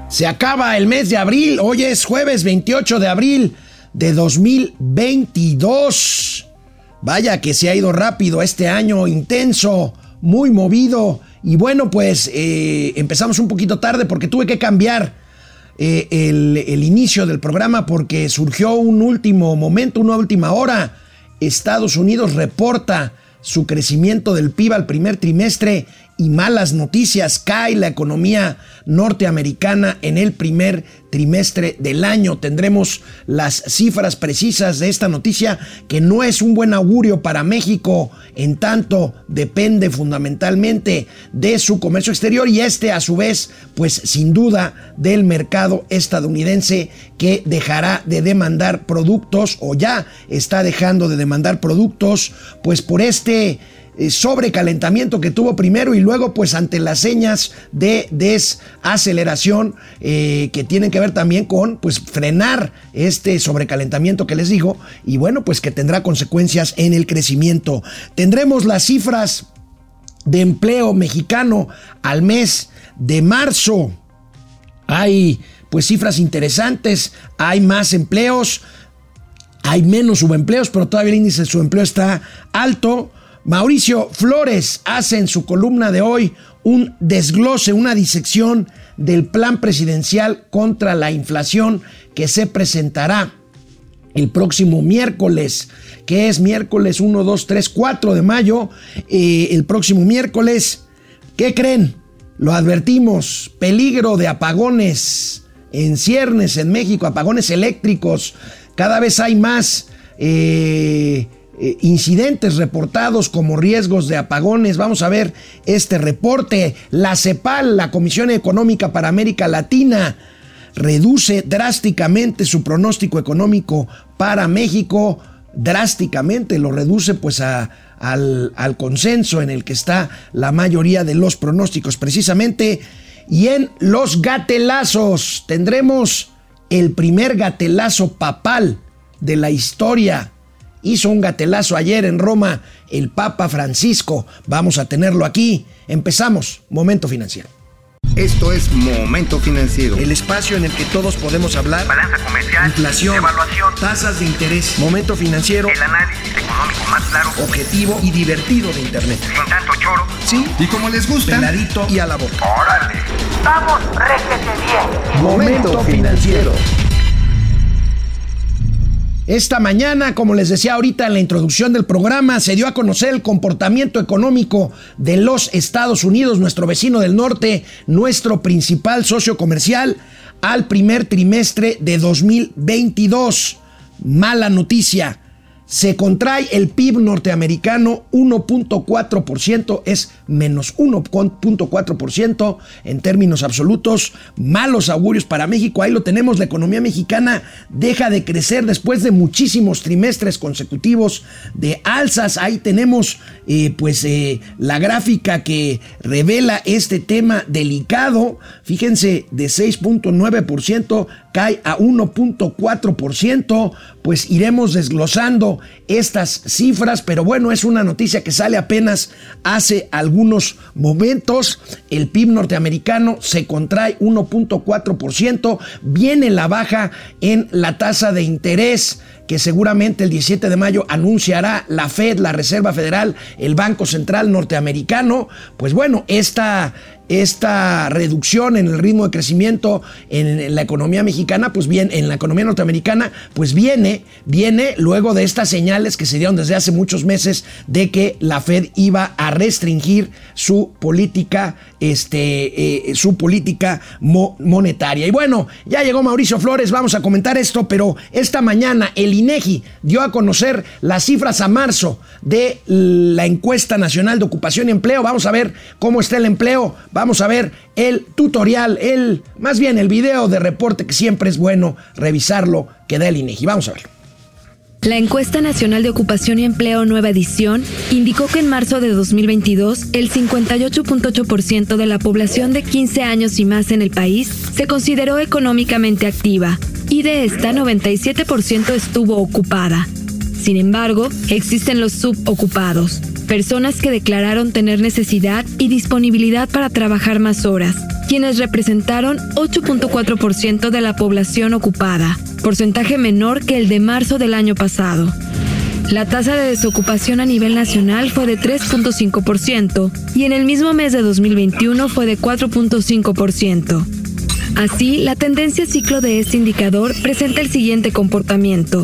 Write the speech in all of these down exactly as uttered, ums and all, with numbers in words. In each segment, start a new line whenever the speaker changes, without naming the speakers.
Se acaba el mes de abril, hoy es jueves veintiocho de abril de dos mil veintidós. Vaya que se ha ido rápido este año, intenso, muy movido. Y bueno, pues eh, empezamos un poquito tarde porque tuve que cambiar eh, el, el inicio del programa porque surgió un último momento, una última hora. Estados Unidos reporta su crecimiento del P I B al primer trimestre y malas noticias, cae la economía norteamericana en el primer trimestre del año. Tendremos las cifras precisas de esta noticia, que no es un buen augurio para México, en tanto depende fundamentalmente de su comercio exterior y este a su vez, pues sin duda del mercado estadounidense, que dejará de demandar productos o ya está dejando de demandar productos, pues por este sobrecalentamiento que tuvo primero y luego pues ante las señas de desaceleración eh, que tienen que ver también con pues frenar este sobrecalentamiento que les digo, y bueno pues que tendrá consecuencias en el crecimiento. Tendremos las cifras de empleo mexicano al mes de marzo. Hay pues cifras interesantes, hay más empleos, hay menos subempleos, pero todavía el índice de subempleo está alto. Mauricio Flores hace en su columna de hoy un desglose, una disección del plan presidencial contra la inflación que se presentará el próximo miércoles, que es miércoles uno, dos, tres, cuatro de mayo. Eh, el próximo miércoles, ¿qué creen? Lo advertimos, peligro de apagones en ciernes en México, apagones eléctricos, cada vez hay más eh, Eh, incidentes reportados como riesgos de apagones. Vamos a ver este reporte. La CEPAL, la Comisión Económica para América Latina, reduce drásticamente su pronóstico económico para México. Drásticamente lo reduce pues a, al, al consenso en el que está la mayoría de los pronósticos precisamente. Y en los gatelazos tendremos el primer gatelazo papal de la historia. Hizo un gatelazo ayer en Roma el Papa Francisco. Vamos a tenerlo aquí. Empezamos. Momento Financiero.
Esto es Momento Financiero.
El espacio en el que todos podemos hablar.
Balanza comercial.
Inflación.
Evaluación.
Tasas de interés. Momento Financiero.
El análisis económico más claro.
Objetivo y divertido de Internet.
Sin tanto choro.
Sí.
Y como les gusta,
peladito y a la boca.
¡Órale! ¡Vamos, réjete bien!
Momento Financiero. Esta mañana, como les decía ahorita en la introducción del programa, se dio a conocer el comportamiento económico de los Estados Unidos, nuestro vecino del norte, nuestro principal socio comercial, al primer trimestre de dos mil veintidós. Mala noticia. Se contrae el P I B norteamericano uno punto cuatro por ciento, es menos uno punto cuatro por ciento en términos absolutos. Malos augurios para México, ahí lo tenemos. La economía mexicana deja de crecer después de muchísimos trimestres consecutivos de alzas. Ahí tenemos eh, pues eh, la gráfica que revela este tema delicado. Fíjense, de seis punto nueve por ciento cae a uno punto cuatro por ciento. Pues iremos desglosando estas cifras, pero bueno, es una noticia que sale apenas hace algunos momentos. El P I B norteamericano se contrae uno punto cuatro por ciento, viene la baja en la tasa de interés que seguramente el diecisiete de mayo anunciará la Fed, la Reserva Federal, el Banco Central norteamericano. Pues bueno, esta esta reducción en el ritmo de crecimiento en la economía mexicana, pues bien, en la economía norteamericana, pues viene, viene luego de estas señales que se dieron desde hace muchos meses de que la Fed iba a restringir su política, este, eh, su política mo- monetaria. Y bueno, ya llegó Mauricio Flores, vamos a comentar esto, pero esta mañana el INEGI dio a conocer las cifras a marzo de la encuesta nacional de ocupación y empleo. Vamos a ver cómo está el empleo. Vamos a ver el tutorial, el, más bien el video de reporte, que siempre es bueno revisarlo, que da el INEGI. Vamos a verlo.
La Encuesta Nacional de Ocupación y Empleo Nueva Edición indicó que en marzo de dos mil veintidós, el cincuenta y ocho punto ocho por ciento de la población de quince años y más en el país se consideró económicamente activa, y de esta noventa y siete por ciento estuvo ocupada. Sin embargo, existen los subocupados, personas que declararon tener necesidad y disponibilidad para trabajar más horas, quienes representaron ocho punto cuatro por ciento de la población ocupada, porcentaje menor que el de marzo del año pasado. La tasa de desocupación a nivel nacional fue de tres punto cinco por ciento y en el mismo mes de dos mil veintiuno fue de cuatro punto cinco por ciento. Así, la tendencia ciclo de este indicador presenta el siguiente comportamiento.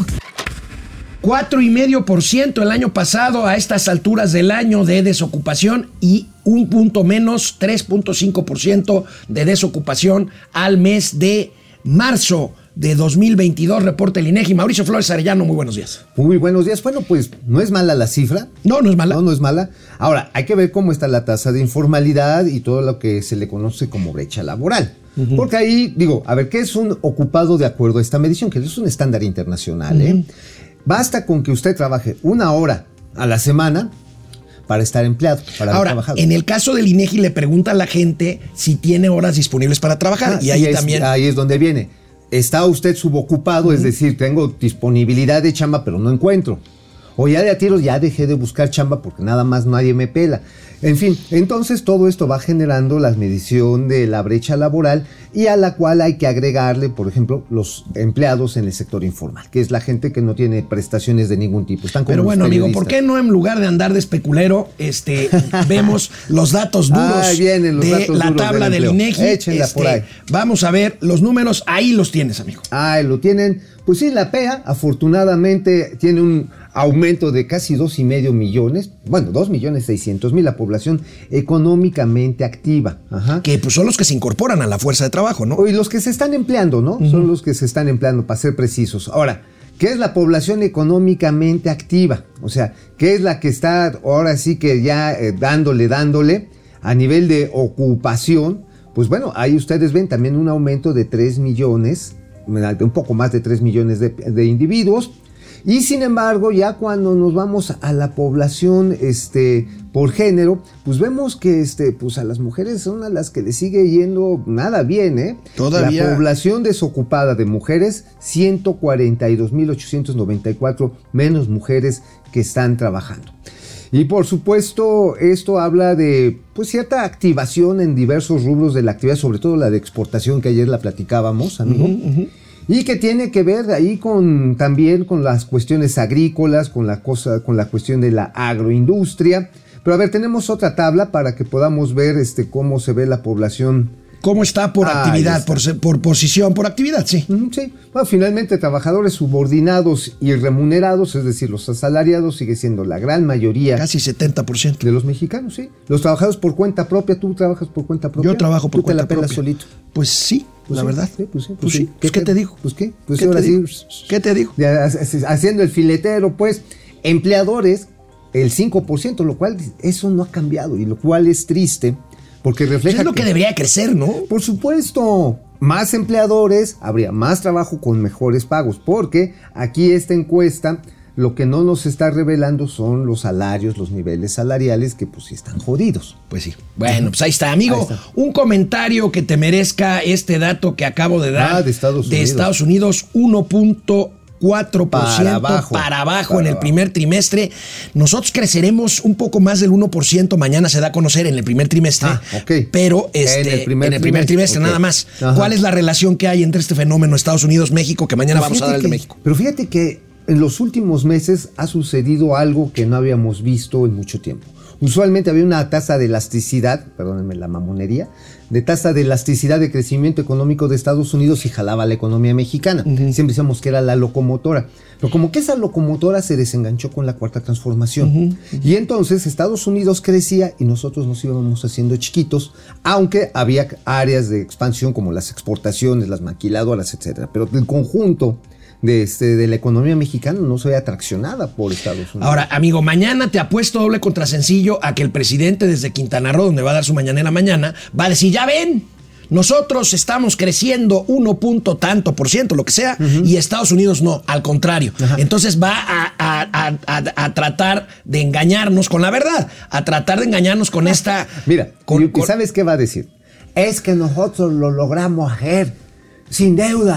cuatro coma cinco por ciento el año pasado a estas alturas del año de desocupación y un punto menos, tres punto cinco por ciento de desocupación al mes de marzo de dos mil veintidós, reporta el INEGI. Mauricio Flores Arellano, muy buenos días.
Muy buenos días. Bueno, pues no es mala la cifra.
No, no es mala.
No, no es mala. Ahora, hay que ver cómo está la tasa de informalidad y todo lo que se le conoce como brecha laboral. Uh-huh. Porque ahí, digo, a ver, ¿qué es un ocupado de acuerdo a esta medición? Que es un estándar internacional, uh-huh. ¿eh? Basta con que usted trabaje una hora a la semana para estar empleado, para
Ahora,
haber trabajado.
En el caso del INEGI le pregunta a la gente si tiene horas disponibles para trabajar.
Ah,
y ahí
es,
también...
Ahí es donde viene. Está usted subocupado, uh-huh. es decir, tengo disponibilidad de chamba, pero no encuentro. O ya de a tiros ya dejé de buscar chamba porque nada más nadie me pela. En fin, entonces todo esto va generando la medición de la brecha laboral y a la cual hay que agregarle, por ejemplo, los empleados en el sector informal, que es la gente que no tiene prestaciones de ningún tipo. Están como
Pero bueno, amigo, ¿por qué no en lugar de andar de especulero, este, vemos los datos duros
Ay, vienen los
de
datos
la
duros
tabla del, del INEGI?
Échenla
este,
por ahí.
Vamos a ver los números, ahí los tienes, amigo.
Ahí lo tienen. Pues sí, la P E A afortunadamente tiene un aumento de casi dos y medio millones, bueno, dos millones seiscientos mil, la población económicamente activa. Ajá.
Que pues son los que se incorporan a la fuerza de trabajo, ¿no?
Y los que se están empleando, ¿no? Uh-huh. Son los que se están empleando, para ser precisos. Ahora, ¿qué es la población económicamente activa? O sea, ¿qué es la que está ahora sí que ya eh, dándole, dándole a nivel de ocupación? Pues bueno, ahí ustedes ven también un aumento de tres millones, de un poco más de tres millones de, de individuos. Y sin embargo, ya cuando nos vamos a la población este, por género, pues vemos que este, pues a las mujeres son a las que les sigue yendo nada bien, ¿eh?
Todavía.
La población desocupada de mujeres, ciento cuarenta y dos mil ochocientos noventa y cuatro menos mujeres que están trabajando. Y por supuesto, esto habla de pues cierta activación en diversos rubros de la actividad, sobre todo la de exportación, que ayer la platicábamos, amigo. Uh-huh, uh-huh. Y que tiene que ver ahí con también con las cuestiones agrícolas, con la cosa, con la cuestión de la agroindustria. Pero a ver, tenemos otra tabla para que podamos ver este cómo se ve la población.
¿Cómo está por ah, actividad, está. Por, por posición, por actividad? Sí.
Uh-huh, sí. Bueno, finalmente, trabajadores subordinados y remunerados, es decir, los asalariados, sigue siendo la gran mayoría.
Casi setenta por ciento.
De los mexicanos, sí. Los trabajadores por cuenta propia, ¿tú trabajas por cuenta propia?
Yo trabajo por
¿Tú
cuenta
te la pelas
propia.
solito?
Pues sí,
pues
la
sí,
verdad.
Sí, pues sí, pues,
pues sí.
sí.
¿Qué, ¿Qué te digo?
Pues qué. Pues
¿Qué
ahora
te
sí.
digo? ¿Qué te digo?
Haciendo el filetero, pues, empleadores, el cinco por ciento, lo cual eso no ha cambiado y lo cual es triste. Porque refleja.
Eso es lo que, que debería crecer, ¿no?
Por supuesto. Más empleadores, habría más trabajo con mejores pagos. Porque aquí esta encuesta, lo que no nos está revelando son los salarios, los niveles salariales que pues sí están jodidos.
Pues sí. Bueno, pues ahí está, amigo. Ahí está. Un comentario que te merezca este dato que acabo de dar.
Ah, de Estados Unidos.
De Estados Unidos, uno punto cuatro por ciento para abajo, para abajo para en el abajo. primer trimestre. Nosotros creceremos un poco más del uno por ciento. Mañana se da a conocer en el primer trimestre.
Ah, okay.
Pero este, en el primer, en el primer trimestre, trimestre okay. nada más. Ajá. ¿Cuál es la relación que hay entre este fenómeno Estados Unidos-México? Que mañana pero vamos a dar el
que,
de México.
Pero fíjate que en los últimos meses ha sucedido algo que no habíamos visto en mucho tiempo. Usualmente había una tasa de elasticidad, perdónenme la mamonería, de tasa de elasticidad de crecimiento económico de Estados Unidos y jalaba la economía mexicana. Uh-huh. Siempre decíamos que era la locomotora. Pero como que esa locomotora se desenganchó con la cuarta transformación. Uh-huh. Uh-huh. Y entonces Estados Unidos crecía y nosotros nos íbamos haciendo chiquitos, aunque había áreas de expansión como las exportaciones, las maquiladoras, etcétera. Pero el conjunto De, este, de la economía mexicana no se ve atraccionada por Estados Unidos.
Ahora, amigo, mañana te apuesto doble contra sencillo a que el presidente desde Quintana Roo, donde va a dar su mañanera mañana, va a decir, ya ven, nosotros estamos creciendo uno punto tanto por ciento, lo que sea, uh-huh. y Estados Unidos no, al contrario. Uh-huh. Entonces va a, a, a, a, a tratar de engañarnos con la verdad, a tratar de engañarnos con esta...
Mira,
con,
¿y
con,
sabes qué va a decir? Es que nosotros lo logramos hacer sin deuda.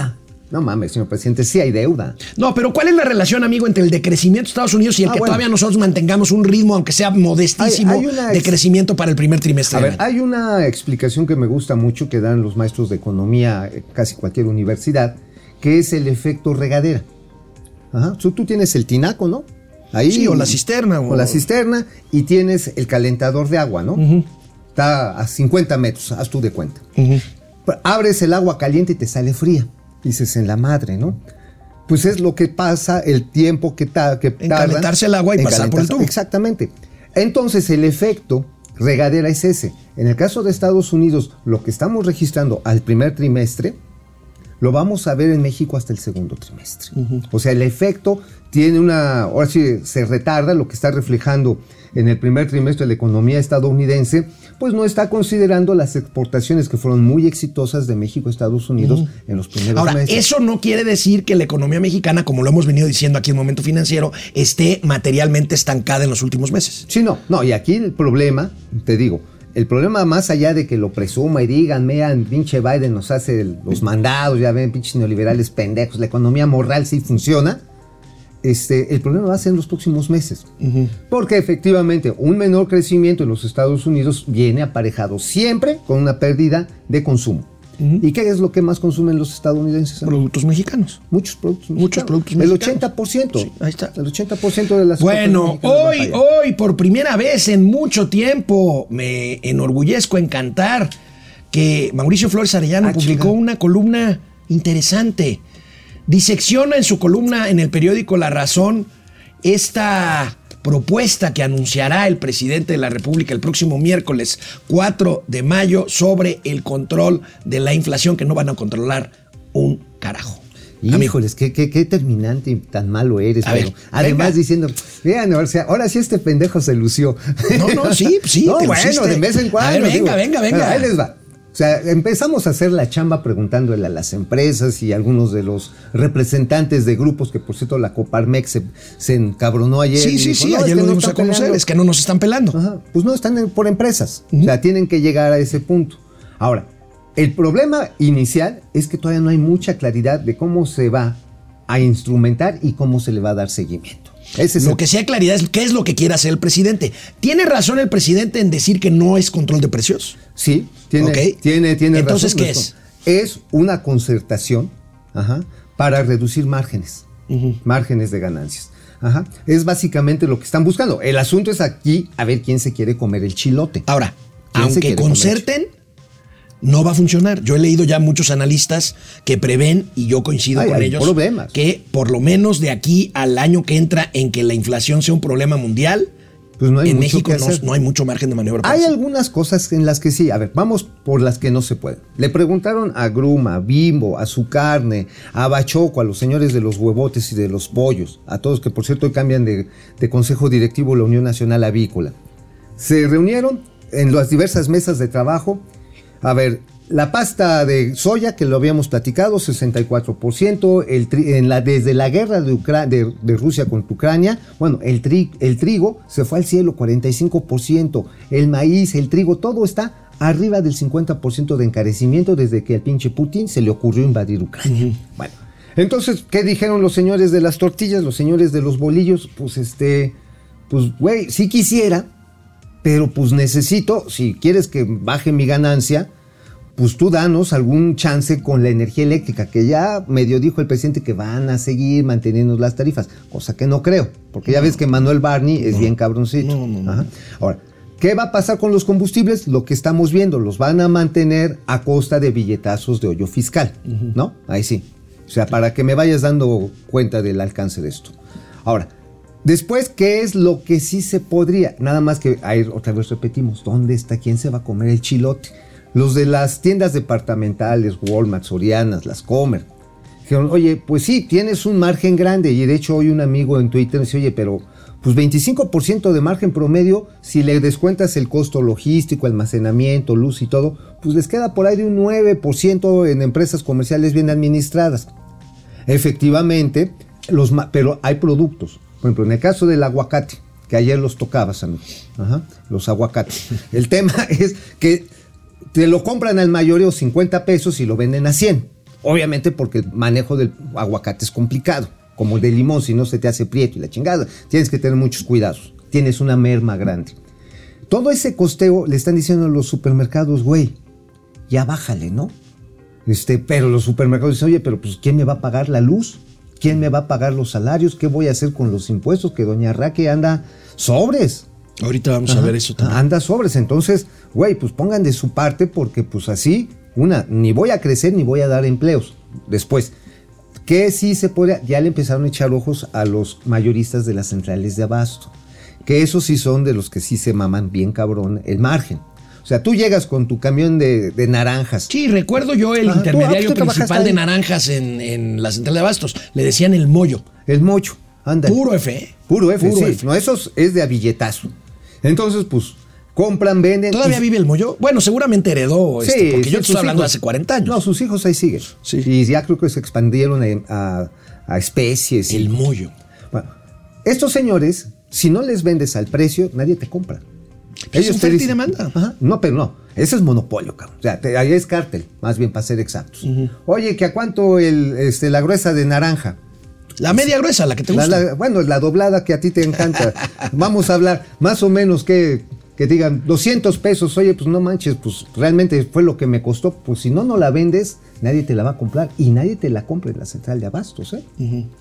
No mames, señor presidente, sí hay deuda.
No, pero ¿cuál es la relación, amigo, entre el decrecimiento de Estados Unidos y el
Ah,
que
bueno.
todavía nosotros mantengamos un ritmo, aunque sea modestísimo,
Hay- hay una
de
ex-
crecimiento para el primer trimestre?
A
del
ver,
año?
hay una explicación que me gusta mucho que dan los maestros de economía, eh, casi cualquier universidad, que es el efecto regadera. Ajá. Tú, tú tienes el tinaco, ¿no? Ahí,
Sí, o la cisterna,
O,
o-
la cisterna, y tienes el calentador de agua, ¿no? Está a cincuenta metros, haz tú de cuenta.
Ujú.
Abres el agua caliente y te sale fría. Dices, en la madre, ¿no? Pues es lo que pasa, el tiempo que, ta, que
En
tarda
calentarse el agua y
en
pasar por el
calentarse-
tubo.
Exactamente. Entonces, el efecto regadera es ese. En el caso de Estados Unidos, lo que estamos registrando al primer trimestre, lo vamos a ver en México hasta el segundo trimestre. O sea, el efecto tiene una... Ahora sí, se retarda, lo que está reflejando en el primer trimestre de la economía estadounidense, pues no está considerando las exportaciones que fueron muy exitosas de México a Estados Unidos en los primeros
Ahora,
meses.
eso no quiere decir que la economía mexicana, como lo hemos venido diciendo aquí en Momento Financiero, esté materialmente estancada en los últimos meses.
Sí, no, no, y aquí el problema, te digo, el problema más allá de que lo presuma y digan, vean, pinche Biden nos hace el- los mandados, ya ven, pinches neoliberales pendejos, la economía moral sí funciona, este, el problema va a ser en los próximos meses. Porque efectivamente un menor crecimiento en los Estados Unidos viene aparejado siempre con una pérdida de consumo. ¿Y qué es lo que más consumen los estadounidenses?
Productos mexicanos.
Muchos productos mexicanos.
Muchos productos
El
mexicanos.
ochenta por ciento.
Sí, ahí está.
El ochenta por ciento de las
Bueno,
exportaciones mexicanas van
hoy,
para allá.
hoy, por primera vez en mucho tiempo, me enorgullezco en cantar que Mauricio Flores Arellano
Ah,
publicó
chinga.
una columna interesante. Disecciona en su columna en el periódico La Razón esta propuesta que anunciará el presidente de la República el próximo miércoles cuatro de mayo sobre el control de la inflación, que no van a controlar un carajo. Amigo.
Híjoles, qué, qué, qué terminante y tan malo eres.
A
pero
ver,
además
venga.
diciendo, vean, o sea, ahora sí este pendejo se lució.
No, no, sí, sí,
No,
te
bueno,
luciste.
de vez en cuando.
A ver, venga,
digo,
venga, venga.
bueno, ahí les va. O sea, empezamos a hacer la chamba preguntándole a las empresas y a algunos de los representantes de grupos, que por cierto la Coparmex se, se encabronó ayer.
Sí,
y
sí,
dijo,
sí,
"No, es
ayer
que
lo
no
dimos a
están
conocer,
peleando".
es que no nos están pelando.
Ajá, pues no, están en- por empresas. O sea, tienen que llegar a ese punto. Ahora, el problema inicial es que todavía no hay mucha claridad de cómo se va a instrumentar y cómo se le va a dar seguimiento. Ese es
Lo
el-
que sea claridad es qué es lo que quiere hacer el presidente. ¿Tiene razón el presidente en decir que no es control de precios?
Sí, tiene,
Ok.
tiene, tiene
Entonces,
razón.
¿qué
Gastón. Es una concertación, ajá, para reducir márgenes, márgenes de ganancias. Ajá. Es básicamente lo que están buscando. El asunto es aquí a ver quién se quiere comer el chilote.
Ahora,
¿Quién se
aunque
quiere comer?
concerten, no va a funcionar. Yo he leído ya muchos analistas que prevén, y yo coincido
Ay,
con
hay
ellos,
problemas.
que por lo menos de aquí al año que entra en que la inflación sea un problema mundial,
Pues no hay
en
mucho
México
que
no,
hacer.
no hay mucho margen de maniobra. para
Hay
hacer.
algunas cosas en las que sí. A ver, vamos por las que no se pueden. Le preguntaron a Gruma, a Bimbo, a Su Carne, a Bachoco, a los señores de los huevotes y de los pollos, a todos que por cierto hoy cambian de, de consejo directivo la Unión Nacional Avícola. Se reunieron en las diversas mesas de trabajo. A ver, la pasta de soya, que lo habíamos platicado, sesenta y cuatro por ciento. El tri- en la, desde la guerra de, Ucra- de, de Rusia contra Ucrania, bueno, el, tri- el trigo se fue al cielo, cuarenta y cinco por ciento. El maíz, el trigo, todo está arriba del cincuenta por ciento de encarecimiento desde que al pinche Putin se le ocurrió invadir Ucrania. Bueno, entonces, ¿qué dijeron los señores de las tortillas, los señores de los bolillos? Pues este, pues güey, sí quisiera, pero pues necesito, si quieres que baje mi ganancia, pues tú danos algún chance con la energía eléctrica, que ya medio dijo el presidente que van a seguir manteniendo las tarifas, cosa que no creo, porque ya ves que Manuel Barney es bien cabroncito.
No, no, no.
Ajá. Ahora, ¿qué va a pasar con los combustibles? Lo que estamos viendo, los van a mantener a costa de billetazos de hoyo fiscal, ¿no? Ahí sí. O sea, para que me vayas dando cuenta del alcance de esto. Ahora, después, ¿qué es lo que sí se podría? Nada más que, ahí otra vez repetimos, ¿dónde está? ¿Quién se va a comer el chilote? Los de las tiendas departamentales, Walmart, Sorianas, las Comer, dijeron, oye, pues sí, tienes un margen grande. Y de hecho hoy un amigo en Twitter dice, oye, pero pues veinticinco por ciento de margen promedio, si le descuentas el costo logístico, almacenamiento, luz y todo, pues les queda por ahí de un nueve por ciento en empresas comerciales bien administradas. Efectivamente, los ma- pero hay productos. Por ejemplo, en el caso del aguacate, que ayer los tocabas, amigo. Ajá, los aguacates. El tema es que te lo compran al mayoreo cincuenta pesos y lo venden a cien. Obviamente porque el manejo del aguacate es complicado, como el de limón, si no se te hace prieto y la chingada. Tienes que tener muchos cuidados. Tienes una merma grande. Todo ese costeo le están diciendo a los supermercados, güey, ya bájale, ¿no? Este, pero los supermercados dicen, oye, pero pues ¿quién me va a pagar la luz? ¿Quién me va a pagar los salarios? ¿Qué voy a hacer con los impuestos? Que doña Raque anda sobres.
Ahorita vamos
Ajá.
a ver eso también.
Anda sobres. Entonces, güey, pues pongan de su parte porque pues así, una, ni voy a crecer ni voy a dar empleos. Después, ¿qué sí se puede? Ya le empezaron a echar ojos a los mayoristas de las centrales de abasto. Que esos sí son de los que sí se maman bien cabrón el margen. O sea, tú llegas con tu camión de, de naranjas.
Sí, recuerdo yo el
Ajá,
intermediario
tú, ah, tú
principal de
ahí.
naranjas en, en la central de abastos. Le decían el mollo.
El mocho, anda.
Puro F, ¿eh?
Puro F,
Puro
sí.
F.
No, esos es de a billetazo. Entonces, pues, compran, venden.
¿Todavía
y-
vive el mollo? Bueno, seguramente heredó, este,
Sí,
porque
sí,
yo te
sus
estoy hablando de
hijos-
hace cuarenta años.
No, sus hijos ahí siguen.
Sí.
Y ya creo que se expandieron a, a- a especies. y-
El mollo.
Bueno, estos señores, si no les vendes al precio, nadie te compra.
Pues oferta y demanda.
Ajá, no, pero no. Ese es monopolio, cabrón. O sea, te- ahí es cártel, más bien para ser exactos. Oye, ¿que a cuánto el, este, la gruesa de naranja?
La media gruesa, la que te
La-
gusta.
la- bueno, la doblada que a ti te encanta. Vamos a hablar más o menos que, que digan doscientos pesos. Oye, pues no manches, pues realmente fue lo que me costó. Pues si no, no la vendes, nadie te la va a comprar. Y nadie te la compra en la central de abastos, ¿eh?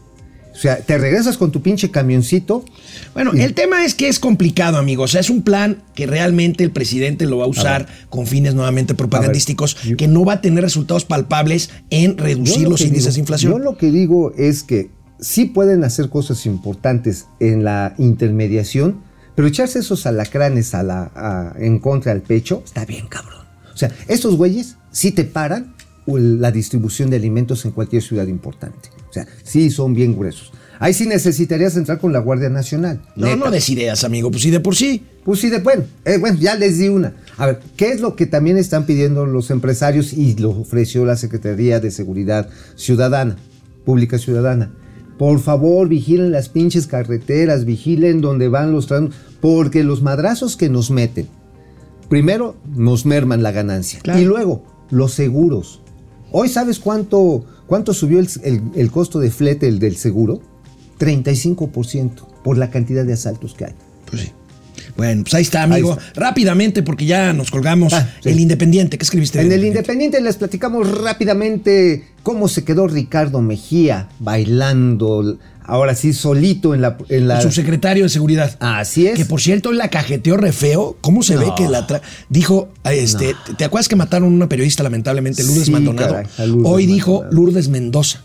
O sea, te regresas con tu pinche camioncito.
Bueno, el tema es que es complicado, amigos. O sea, es un plan que realmente el presidente lo va a usar con fines nuevamente propagandísticos,
yo-
que no va a tener resultados palpables en reducir
Yo lo
los
que
índices
digo-
de inflación.
Yo lo que digo es que sí pueden hacer cosas importantes en la intermediación, pero echarse esos alacranes a la, a- en contra al pecho, está bien, cabrón. O sea, estos güeyes sí te paran la distribución de alimentos en cualquier ciudad importante. O sea, sí son bien gruesos. Ahí sí necesitarías entrar con la Guardia Nacional.
No,
neta.
no des ideas, amigo. Pues sí, de por sí.
Pues sí, de, bueno, eh, bueno, ya les di una. A ver, ¿qué es lo que también están pidiendo los empresarios y lo ofreció la Secretaría de Seguridad Ciudadana, Pública Ciudadana? Por favor, vigilen las pinches carreteras, vigilen donde van los tramos, porque los madrazos que nos meten, primero nos merman la ganancia.
Claro.
Y luego, los seguros. Hoy, ¿sabes cuánto, cuánto subió el, el- el costo de flete el del seguro? treinta y cinco por ciento por la cantidad de asaltos que hay.
Pues sí. Bueno, pues ahí está, amigo.
Ahí está.
Rápidamente, porque ya nos colgamos.
Ah, sí.
El Independiente. ¿Qué escribiste?
En
del
el Independiente les platicamos rápidamente cómo se quedó Ricardo Mejía bailando, ahora sí, solito en la... En la
El subsecretario de Seguridad.
Así es.
Que por cierto, la cajeteó re feo. ¿Cómo se
No.
ve que la tra dijo, este, ¿te- ¿te acuerdas que mataron a una periodista, lamentablemente, Lourdes
Sí,
Maldonado?
caray, a Lourdes
Hoy dijo
Maldonado.
Lourdes Mendoza.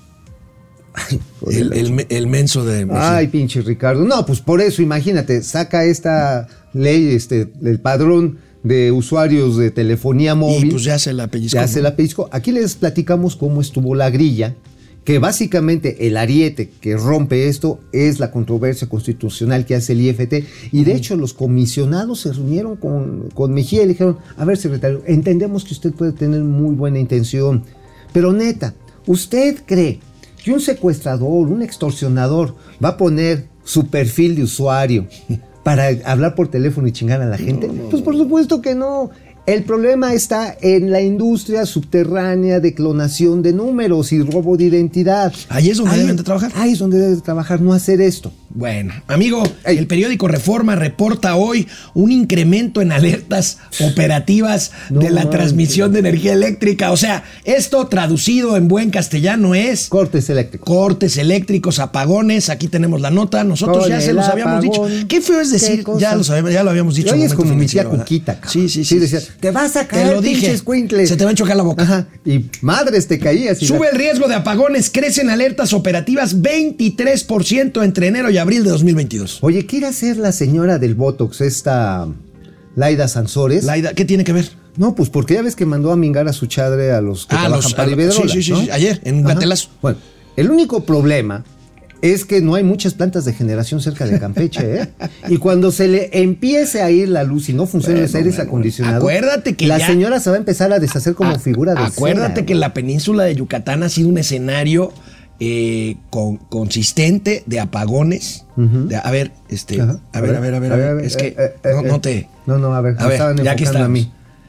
Joder,
El,
la
el,
chingada.
el menso de Mejía.
Ay, pinche Ricardo. No, pues por eso, imagínate, saca esta ley, este, el padrón de usuarios de telefonía móvil.
Y pues ya se la pellizcó.
Ya se
¿no?
la pellizcó. Aquí les platicamos cómo estuvo la grilla, que básicamente el ariete que rompe esto es la controversia constitucional que hace el I F T. Y de hecho los comisionados se reunieron con, con Mejía y le dijeron, a ver, secretario, entendemos que usted puede tener muy buena intención, pero neta, ¿usted cree que un secuestrador, un extorsionador va a poner su perfil de usuario para hablar por teléfono y chingar a la gente? Pues por supuesto que no. El problema está en la industria subterránea de clonación de números y robo de identidad.
Ahí es donde deben de trabajar.
Ahí es donde deben de trabajar, no hacer esto.
Bueno, amigo,
Ey.
el periódico Reforma reporta hoy un incremento en alertas operativas
No
de la
manches.
transmisión de energía eléctrica. O sea, esto traducido en buen castellano es
Cortes eléctricos.
cortes eléctricos, apones. Aquí tenemos la nota. Nosotros
Con
ya se
el
los habíamos
apagón.
dicho. Qué feo es
Qué
decir,
cosa.
ya lo, sabemos, ya lo habíamos dicho.
Oye,
en
es
Momento
como mi tía
Financiero, ¿verdad?
Cuquita, cabrón.
Sí, sí, sí.
Sí, decía, te vas a caer,
Te lo dije.
pinche escuincle.
Se te va a chocar la boca.
Ajá. Y madres te caías. y
Sube
la-
el riesgo de apagones, crecen alertas operativas veintitrés por ciento entre enero y abril de dos mil veintidós.
Oye, ¿quiere hacer la señora del Botox, esta Laida Sansores?
Laida, ¿qué tiene que ver?
No, pues porque ya ves que mandó a mingar a su chadre a los que
Ah,
trabajan
los-
para
a-
Iberdrola,
sí, sí, sí,
¿no?
sí, ayer, en un
Ajá.
gatelazo.
Bueno, el único problema es que no hay muchas plantas de generación cerca de Campeche, ¿eh? Y cuando se le empiece a ir la luz y no funciona
Bueno,
ese aires
bueno,
acondicionado,
acuérdate que
la
ya-
señora se va a empezar a deshacer como
Ah,
figura de
Acuérdate
cera.
que la península de Yucatán ha sido un escenario eh, con- consistente de apagones.
Ujú.
De- a ver, este,
Ajá.
a ver, a ver, a ver, a ver, es que
eh, eh,
no,
eh,
no te.
No, no, a ver,
A
me
ver,
estaban
ya aquí
enfocando a
estamos.
mí.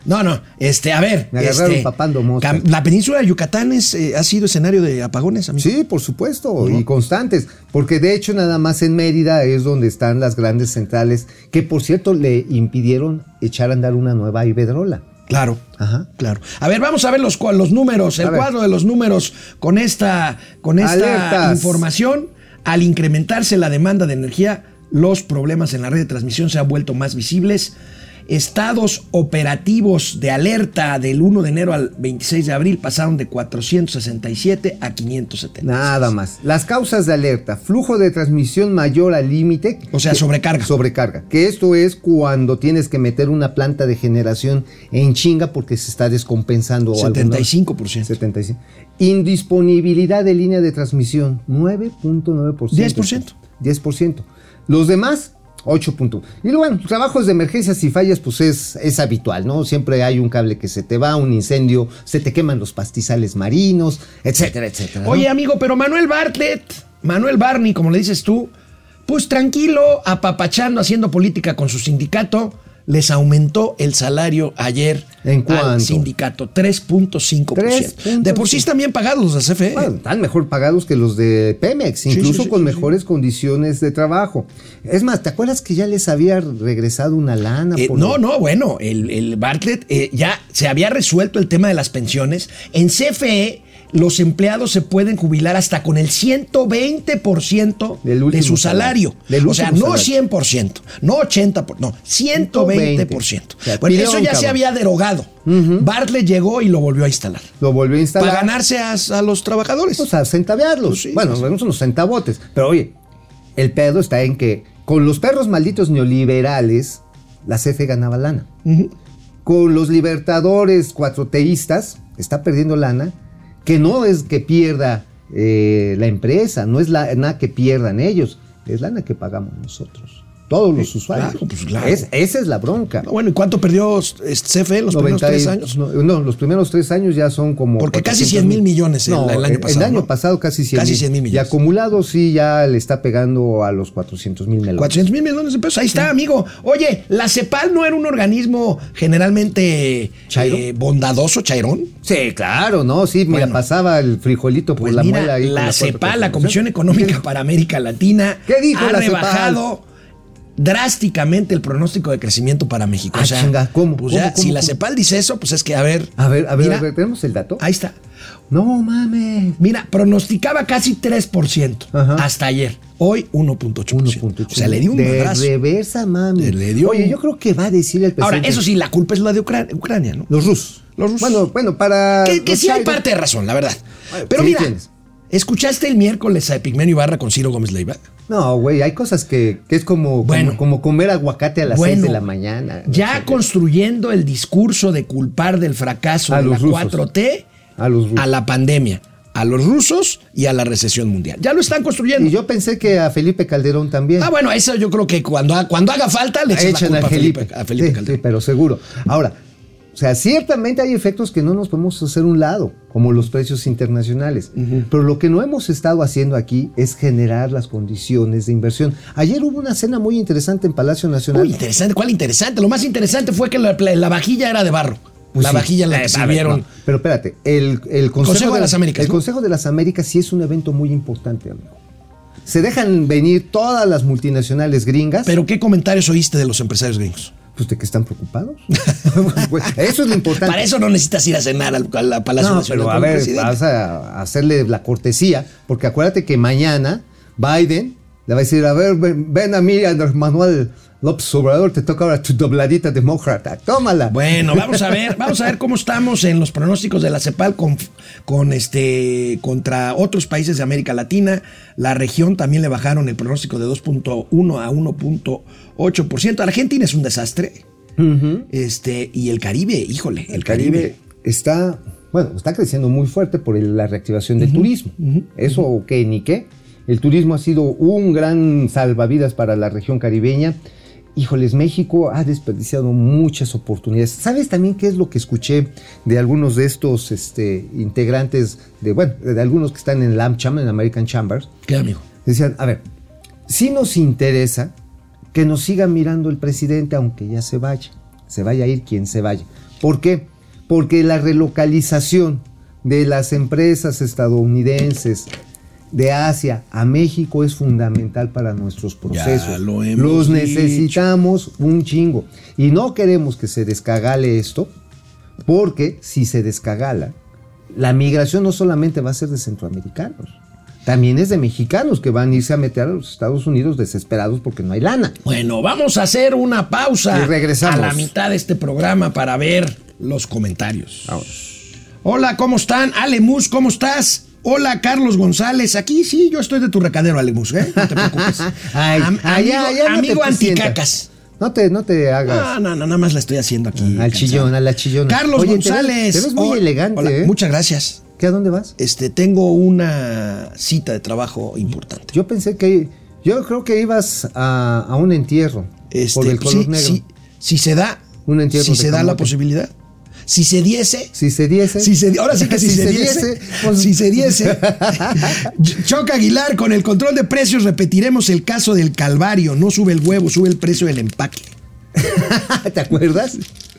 No, no, este, a ver.
Me agarraron
este,
papando mosca.
cam- La península de Yucatán es, eh, ha sido escenario de apagones, amigo.
Sí, por supuesto, y constantes, porque de hecho nada más en Mérida es donde están las grandes centrales, que por cierto le impidieron echar a andar una nueva Iberdrola.
Claro.
Ajá.
Claro. A ver, vamos a ver los, cua- los números, el
A ver.
cuadro de los números con esta, con esta
Alertas.
información. Al incrementarse la demanda de energía, los problemas en la red de transmisión se han vuelto más visibles. Estados operativos de alerta del uno de enero al veintiséis de abril pasaron de cuatrocientos sesenta y siete a quinientos setenta.
Nada más. Las causas de alerta, flujo de transmisión mayor al límite.
O sea,
que-
sobrecarga.
Sobrecarga. Que esto es cuando tienes que meter una planta de generación en chinga porque se está descompensando.
setenta y cinco por ciento.
setenta y cinco. Indisponibilidad de línea de transmisión, nueve punto nueve por ciento.
diez por ciento.
diez por ciento. Los demás, ocho punto uno. Y luego, bueno, trabajos de emergencias y fallas, pues es, es habitual, ¿no? Siempre hay un cable que se te va, un incendio, se te queman los pastizales marinos, etcétera, etcétera. ¿no?
Oye, amigo, pero Manuel Bartlett, Manuel Barney, como le dices tú, pues tranquilo, apapachando, haciendo política con su sindicato, les aumentó el salario ayer
¿En
al
cuánto?
sindicato, tres punto cinco por ciento.
tres punto
De por sí están bien pagados los de C F E.
Bueno, están mejor pagados que los de Pemex,
Sí,
incluso
sí, sí,
con
sí,
mejores condiciones de trabajo. Es más, ¿te acuerdas que ya les había regresado una lana?
Eh,
por-
no, no, bueno, el, el Bartlett eh, ya se había resuelto el tema de las pensiones. En C F E, los empleados se pueden jubilar hasta con el ciento veinte por ciento
Del último
de su salario.
salario. Del
O sea,
último
no
salario.
cien por ciento, no ochenta por ciento, no, ciento veinte por ciento.
O sea,
Bueno,
pilón,
eso ya se
cabrón.
había derogado. Bartlett llegó y lo volvió a instalar.
Lo volvió a instalar.
Para ganarse a, a los trabajadores.
O sea, centavearlos.
Pues sí,
bueno,
pues sí.
son unos centabotes. Pero oye, el pedo está en que con los perros malditos neoliberales, la C F E ganaba lana.
Ujú.
Con los libertadores cuatroteístas, está perdiendo lana, que no es que pierda eh, la empresa, no es lana que pierdan ellos, es lana que pagamos nosotros, todos los
Sí,
usuarios.
claro, pues claro.
Es- esa es la bronca.
No, bueno, ¿y cuánto perdió este, C F E los primeros
noventa y-
tres años?
No, no, los primeros tres años ya son como.
Porque casi
cuatrocientos
cien mil millones el-
No,
el año pasado,
El año
¿no?
pasado casi cien
Casi cien mil millones.
Y acumulado sí ya le está pegando a los cuatrocientos mil melones.
cuatrocientos mil millones de pesos. Ahí está, amigo. Oye, la CEPAL no era un organismo generalmente
¿Chairo?
eh, bondadoso, chairón.
Sí, claro, no, sí, mira,
Bueno.
pasaba el frijolito por
Pues
la
mira,
muela ahí. con
la
cuatro
CEPAL, la
cosas.
Comisión Económica para América Latina,
¿Qué dijo
ha
la
rebajado drásticamente el pronóstico de crecimiento para México.
Ah, chinga, ¿cómo?
Pues
¿Cómo,
ya,
cómo,
si la
cómo?
CEPAL dice eso, pues es que, a ver.
A ver, a ver,
mira,
a ver, ¿tenemos el dato?
Ahí está.
No mames.
Mira, pronosticaba casi tres por ciento
Ajá.
hasta ayer. Hoy uno punto ocho por ciento.
uno punto ocho.
O sea, le dio un
de
madrazo.
reversa, mami.
Le dio
Oye,
un-
yo creo que va a decir el presidente.
Ahora, eso sí, la culpa es la de Ucra- Ucrania, ¿no?
Los rusos.
Los rusos.
Bueno, bueno, para.
Que, que
los
sí hay
chairos-
parte de razón, la verdad.
Bueno,
Pero
sí
mira,
tienes.
¿escuchaste el miércoles a Epigmenio Ibarra con Ciro Gómez Leiva?
No, güey, hay cosas que, que es como,
Bueno.
como, como comer aguacate a las
Bueno,
seis de la mañana.
Ya
O sea,
construyendo el discurso de culpar del fracaso
A
de la
los rusos.
cuatro T
A los rusos.
a la pandemia, a los rusos y a la recesión mundial. Ya lo están construyendo.
Y yo pensé que a Felipe Calderón también.
Ah, bueno, eso yo creo que cuando, ha- cuando haga falta le echas la
Echan
culpa
a Felipe.
a Felipe, a Felipe
Sí,
Calderón.
sí, pero seguro. Ahora, o sea, ciertamente hay efectos que no nos podemos hacer un lado, como los precios internacionales. Pero lo que no hemos estado haciendo aquí es generar las condiciones de inversión. Ayer hubo una cena muy interesante en Palacio Nacional.
Uy, interesante, ¿cuál interesante? Lo más interesante fue que la, la vajilla era de barro.
Pues
la
sí.
vajilla en la
Eh,
que
a ver,
sirvieron.
no, pero espérate, el, el Consejo,
Consejo de las Américas,
El
¿no?
Consejo de las Américas sí es un evento muy importante, amigo. Se dejan venir todas las multinacionales gringas.
Pero ¿qué comentarios oíste de los empresarios gringos?
Pues de que están preocupados. Eso es lo importante.
Para eso no necesitas ir a cenar al, al Palacio
No,
Nacional
pero a
con el
ver,
presidente.
vas a hacerle la cortesía, porque acuérdate que mañana Biden le va a decir, a ver, ven, ven a mí, Andrés Manuel López Obrador, te toca ahora tu dobladita demócrata, tómala.
Bueno, vamos a ver, vamos a ver cómo estamos en los pronósticos de la CEPAL con, con este contra otros países de América Latina. La región también le bajaron el pronóstico de dos punto uno a uno punto ocho por ciento. Argentina es un desastre.
Ujú.
Este, y el Caribe, híjole, el,
El
Caribe.
Caribe está, bueno, está creciendo muy fuerte por el- la reactivación del turismo. Eso qué ni qué. El turismo ha sido un gran salvavidas para la región caribeña. Híjoles, México ha desperdiciado muchas oportunidades. ¿Sabes también qué es lo que escuché de algunos de estos este, integrantes, de bueno, de algunos que están en el AmCham, en American Chambers?
¿Qué, amigo?
Decían, a ver, sí nos interesa que nos siga mirando el presidente aunque ya se vaya. Se vaya a ir quien se vaya. ¿Por qué? Porque la relocalización de las empresas estadounidenses de Asia a México es fundamental para nuestros procesos.
Ya lo hemos
Los
dicho.
necesitamos un chingo. Y no queremos que se descagale esto, porque si se descagala, la migración no solamente va a ser de centroamericanos, también es de mexicanos que van a irse a meter a los Estados Unidos desesperados porque no hay lana.
Bueno, vamos a hacer una pausa
Y regresamos.
a la mitad de este programa para ver los comentarios.
Vamos.
Hola, ¿cómo están? Ale Mus, ¿cómo estás? Hola, Carlos González. Aquí sí, yo estoy de tu recadero, Ale Mus, ¿eh? No te preocupes.
Ay,
Am-
ay,
amigo
ay, ya no te
amigo
presientas.
anticacas.
No te, no te hagas.
No, no, no, nada más la estoy haciendo aquí.
Al
cansado.
chillón, a la chillona.
Carlos
Oye, te ves-
González.
te ves muy
Hola,
elegante,
hola,
¿eh?
Muchas gracias.
¿Qué, a dónde vas?
Este, tengo una cita de trabajo importante.
Yo pensé que... Yo creo que ibas a, a un entierro.
Este,
por el color
sí,
negro.
sí, si se da,
Un entierro
si
de
se da la
camote.
posibilidad, si se diese,
Si se diese...
si se, ahora sí que si, se, diese,
pues-
si se diese. Choc Aguilar, con el control de precios repetiremos el caso del Calvario. No sube el huevo, sube el precio del empaque.
¿Te acuerdas?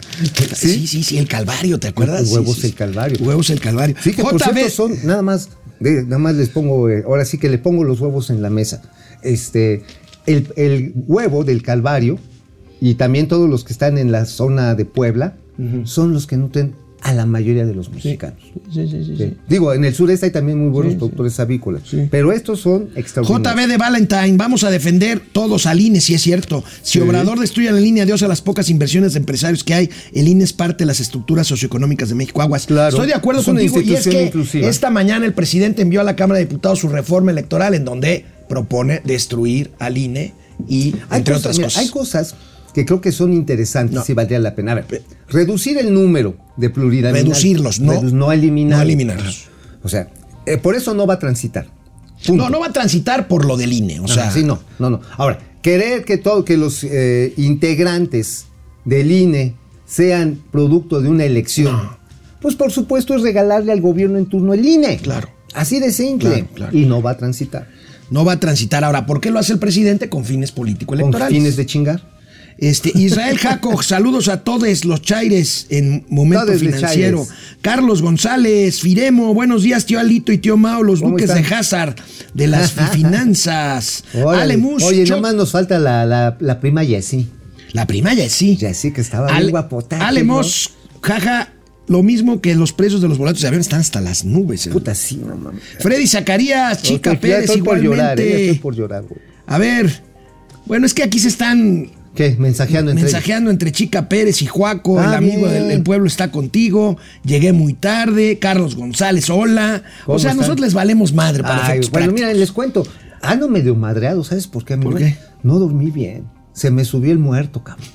Sí, sí, sí, el Calvario, ¿te acuerdas?
Huevos
Sí, sí,
el Calvario.
Huevos el Calvario.
Sí, que por
J B,
cierto son nada más, de- nada más les pongo, eh, ahora sí que le pongo los huevos en la mesa. Este, el, el huevo del Calvario y también todos los que están en la zona de Puebla son los que nutren a la mayoría de los mexicanos.
Sí, sí, sí,
Sí.
sí.
Digo, en el sureste hay también muy buenos
Sí,
productores avícolas,
Sí.
pero estos son
J
extraordinarios.
B de Valentine, vamos a defender todos al I N E, si es cierto. Si
Sí.
Obrador destruye la línea de Dios a las pocas inversiones de empresarios que hay, el I N E es parte de las estructuras socioeconómicas de México. Aguas.
Claro.
Estoy de acuerdo
Es una
contigo. Y es
institución
que
inclusiva.
esta mañana el presidente envió a la Cámara de Diputados su reforma electoral en donde propone destruir al I N E y,
Hay
entre
cosas,
otras
mira,
cosas.
hay cosas que creo que son interesantes
No.
y valdría la pena. A ver, reducir el número de plurinominal.
Reducirlos, no-
Redu- no eliminar.
no eliminarlos.
O sea, eh, por eso no va a transitar. Punto.
No, no va a transitar por lo del I N E. O sea,
Ajá, sí, no, no, no. Ahora, querer que todo, que los eh, integrantes del I N E sean producto de una elección,
No.
pues por supuesto es regalarle al gobierno en turno el I N E.
Claro.
Así de simple.
Claro, claro.
Y no va a transitar.
no va a transitar. Ahora, ¿por qué lo hace el presidente? Con fines
Con
político-electorales.
fines de chingar.
Este, Israel Jaco, saludos a todos los chaires en Momento
Todos los
Financiero.
chaires.
Carlos González, Firemo, buenos días, tío Alito y tío Mao, los
¿Cómo
duques
están?
de Hazard de las finanzas.
Órale.
Ale Mus,
Oye,
Choc-
nomás nos falta la, la, la prima Jessie.
la prima ya sí.
Jessie, que estaba
Ale,
bien guapota.
Ale
¿no?
Mos, jaja, lo mismo que los precios de los boletos de avión están hasta las nubes. ¿eh?
Puta, sí, no mames.
Freddy Zacarías, Chica
Estoy- ya
Pérez,
estoy por
igualmente.
llorar, eh, ya estoy por llorar, güey.
A ver, bueno, es que aquí se están
¿Qué? Mensajeando entre
mensajeando entre Chica Pérez y Juaco,
Ah,
el amigo
bien.
del el pueblo está contigo, llegué muy tarde, Carlos González, hola.
¿Cómo
O sea,
están?
nosotros les valemos madre para
Ay,
efectos
bueno,
prácticos.
mira, les cuento. Ando medio madreado, ¿sabes por qué, amigo?
¿Por qué?
No dormí bien. Se me subió el muerto, cabrón.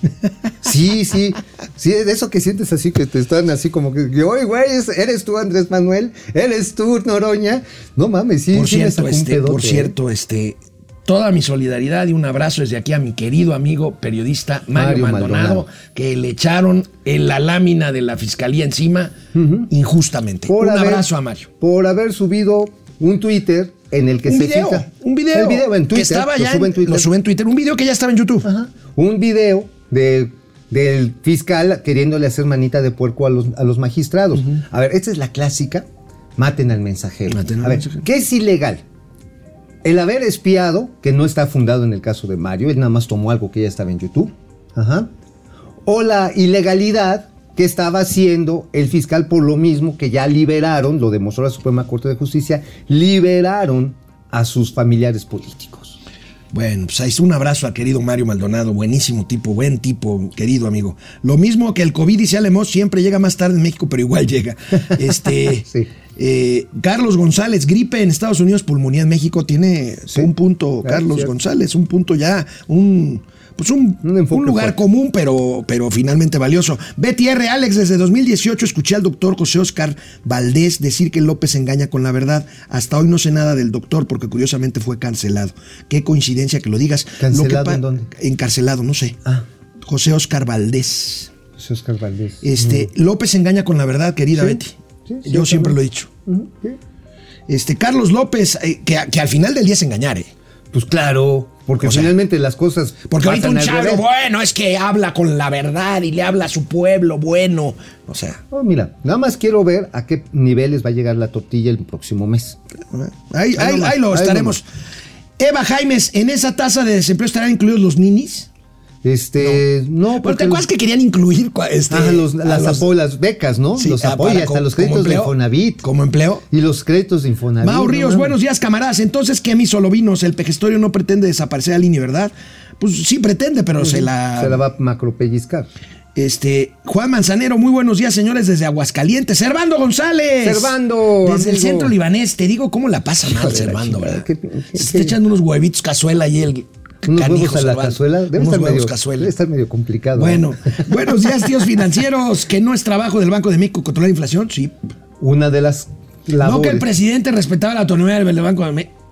Sí, sí. Sí, de eso que sientes así, que te están así como que, que, oye, güey, es- eres tú, Andrés Manuel, eres tú, Noroña. No mames, sí,
por
sí me
cierto,
sacó un
este,
pedote,
por
¿eh?
cierto, este, toda mi solidaridad y un abrazo desde aquí a mi querido amigo periodista Mario,
Mario
Maldonado,
Maldonado.
que le echaron en la lámina de la fiscalía encima injustamente.
Por
un
haber-
abrazo a Mario.
Por haber subido un Twitter en el que
Un
se
video,
fija.
un video,
El video en Twitter.
que estaba
lo
ya
sube
en,
en Twitter.
lo sube en Twitter, un video que ya estaba en YouTube.
Ajá. Un video de, del fiscal queriéndole hacer manita de puerco a los, a los magistrados. A ver, esta es la clásica. Maten al mensajero.
Maten al
a ver,
mensajero.
¿qué es ilegal? El haber espiado, que no está fundado en el caso de Mario, él nada más tomó algo que ya estaba en YouTube. Ajá. O la ilegalidad que estaba haciendo el fiscal por lo mismo que ya liberaron, lo demostró la Suprema Corte de Justicia, liberaron a sus familiares políticos.
Bueno, pues ahí está, un abrazo a querido Mario Maldonado, buenísimo tipo, buen tipo, querido amigo. Lo mismo que el COVID, dice Alemos, siempre llega más tarde en México, pero igual llega. Este,
Sí.
eh, Carlos González, gripe en Estados Unidos, pulmonía en México, tiene
Sí.
un punto,
Claro,
Carlos
cierto.
González, un punto ya, un... Pues un,
Un enfoque
un lugar
fuerte.
común, pero, pero finalmente valioso. Betty R. Alex, desde dos mil dieciocho escuché al doctor José Óscar Valdés decir que López engaña con la verdad. Hasta hoy no sé nada del doctor porque curiosamente fue cancelado. Qué coincidencia que lo digas.
¿Cancelado
Lo que pa-
en dónde?
Encarcelado, no sé.
Ah.
José Óscar Valdés.
José Óscar Valdés.
Este, López engaña con la verdad, querida
Sí,
Betty.
sí, sí,
Yo siempre
también.
lo he dicho.
Ujú, sí.
Este, Carlos López, eh, que, que al final del día es engañar, ¿eh?
Pues claro, Porque
O sea,
finalmente las cosas.
Porque ahorita un
pasan al
chavo,
revés.
bueno, es que habla con la verdad y le habla a su pueblo, bueno. O sea,
Oh, mira, nada más quiero ver a qué niveles va a llegar la tortilla el próximo mes.
ahí, ahí,
nomás,
ahí lo
ahí
estaremos. Eva Jaimes, ¿en esa tasa de desempleo estarán incluidos los ninis?
Este, no,
Pero
porque
¿te acuerdas que querían incluir cua- este,
Ajá, los-
a
las,
los-
apo- las becas, ¿no?
Sí,
los
ah,
apoya,
para
hasta
como-
los
como
créditos de
empleo?
Infonavit.
¿Como empleo?
Y los créditos de Infonavit.
Mau
no
Ríos,
mames.
buenos días, camaradas. Entonces, ¿qué, mis solovinos? El pejestorio no pretende desaparecer a Lini, ¿verdad? Pues sí pretende, pero se la...
Se la va a macropellizcar.
Este, Juan Manzanero, muy buenos días, señores, desde Aguascalientes. Servando González.
Servando,
Desde el
amigo.
centro libanés. Te digo cómo la pasa mal,
Joder,
Servando,
la
¿verdad?
chingada, ¿qué- qué-
Se está
qué?
echando unos huevitos cazuela y el
Unos
canijo,
huevos a la
Servando.
cazuela. Debe
unos
estar,
huevos
medio,
cazuela.
debe estar medio complicado.
Bueno, buenos días, tíos financieros. ¿Que no es trabajo del Banco de México controlar la inflación? Sí.
Una de las labores.
No que el presidente respetaba la autonomía del Banco de México.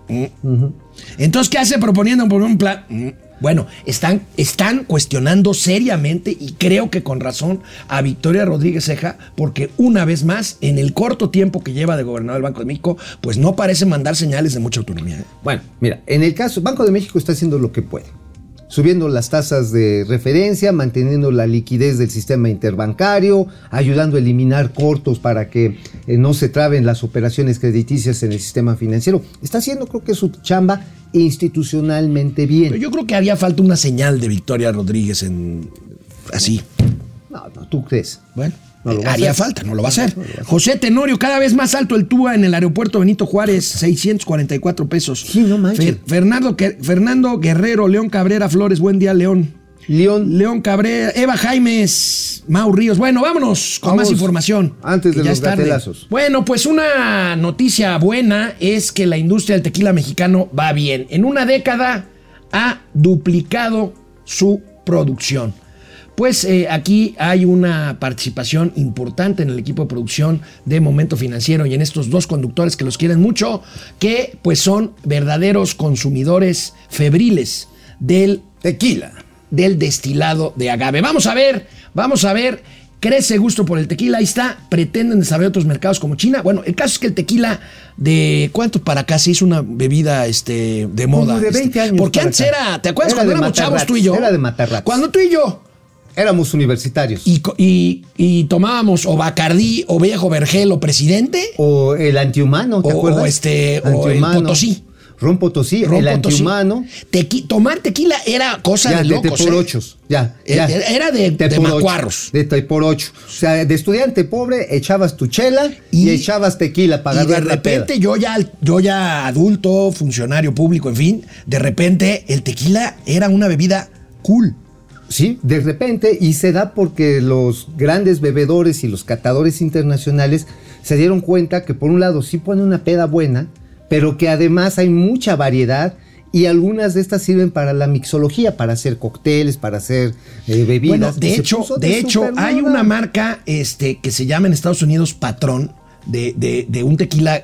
Entonces, ¿qué hace proponiendo por un plan? Mm. Bueno, están, están cuestionando seriamente y creo que con razón a Victoria Rodríguez Ceja, porque una vez más, en el corto tiempo que lleva de gobernador el Banco de México, pues no parece mandar señales de mucha autonomía. ¿eh?
Bueno, mira, en el caso, Banco de México está haciendo lo que puede. Subiendo las tasas de referencia, manteniendo la liquidez del sistema interbancario, ayudando a eliminar cortos para que eh, no se traben las operaciones crediticias en el sistema financiero. Está haciendo, creo que, su chamba institucionalmente bien.
Pero yo creo que haría falta una señal de Victoria Rodríguez en así.
No, no, ¿tú crees?
Bueno,
No lo va a
haría
hacer.
falta, no lo va a hacer. José Tenorio, cada vez más alto el T U A en el aeropuerto Benito Juárez, seiscientos cuarenta y cuatro pesos.
Sí, no manches.
Fer- Fernando, que- Fernando Guerrero, León Cabrera Flores, buen día, León.
León.
León Cabrera, Eva Jaimes, Mau Ríos. Bueno, vámonos con
Vamos,
más información.
antes de
que ya
los
es tarde.
gatelazos.
Bueno, pues una noticia buena es que la industria del tequila mexicano va bien. En una década ha duplicado su producción. Pues eh, aquí hay una participación importante en el equipo de producción de Momento Financiero y en estos dos conductores que los quieren mucho, que pues son verdaderos consumidores febriles del tequila, del destilado de agave. Vamos a ver, vamos a ver, crece gusto por el tequila, ahí está, pretenden desarrollar otros mercados como China. Bueno, el caso es que el tequila de ¿cuánto para acá se hizo una bebida este, de moda?
Como de veinte
este,
años
Porque
para
antes
acá.
era, ¿te acuerdas
Era
cuando
de
éramos
matar
chavos
ratas,
tú y yo?
era de matar ratas.
Cuando tú y yo
Éramos universitarios.
y, co- y, y tomábamos o Bacardí o Viejo Vergel o Presidente.
O el antihumano, ¿te
O-
acuerdas?
o este, o el Potosí.
Ron Potosí,
Ron
el
Potosí.
antihumano.
Tequi- tomar tequila era cosa
Ya,
de
de
locos.
te por
¿eh?
ochos. Ya,
Era-
ya.
era de-
Te
de
por ocho.
macuarros.
De te por ocho. O sea, de estudiante pobre echabas tu chela y,
Y-
echabas tequila para
Y de
agarrar la peda.
repente yo ya, yo ya adulto, funcionario público, en fin, de repente el tequila era una bebida cool.
Sí, de repente, y se da porque los grandes bebedores y los catadores internacionales se dieron cuenta que por un lado sí pone una peda buena, pero que además hay mucha variedad y algunas de estas sirven para la mixología, para hacer cócteles, para hacer eh, bebidas.
Bueno, de
Y se
hecho,
puso
de hecho,
súper
hay
moda.
una marca este, que se llama en Estados Unidos Patrón, de, de, de un tequila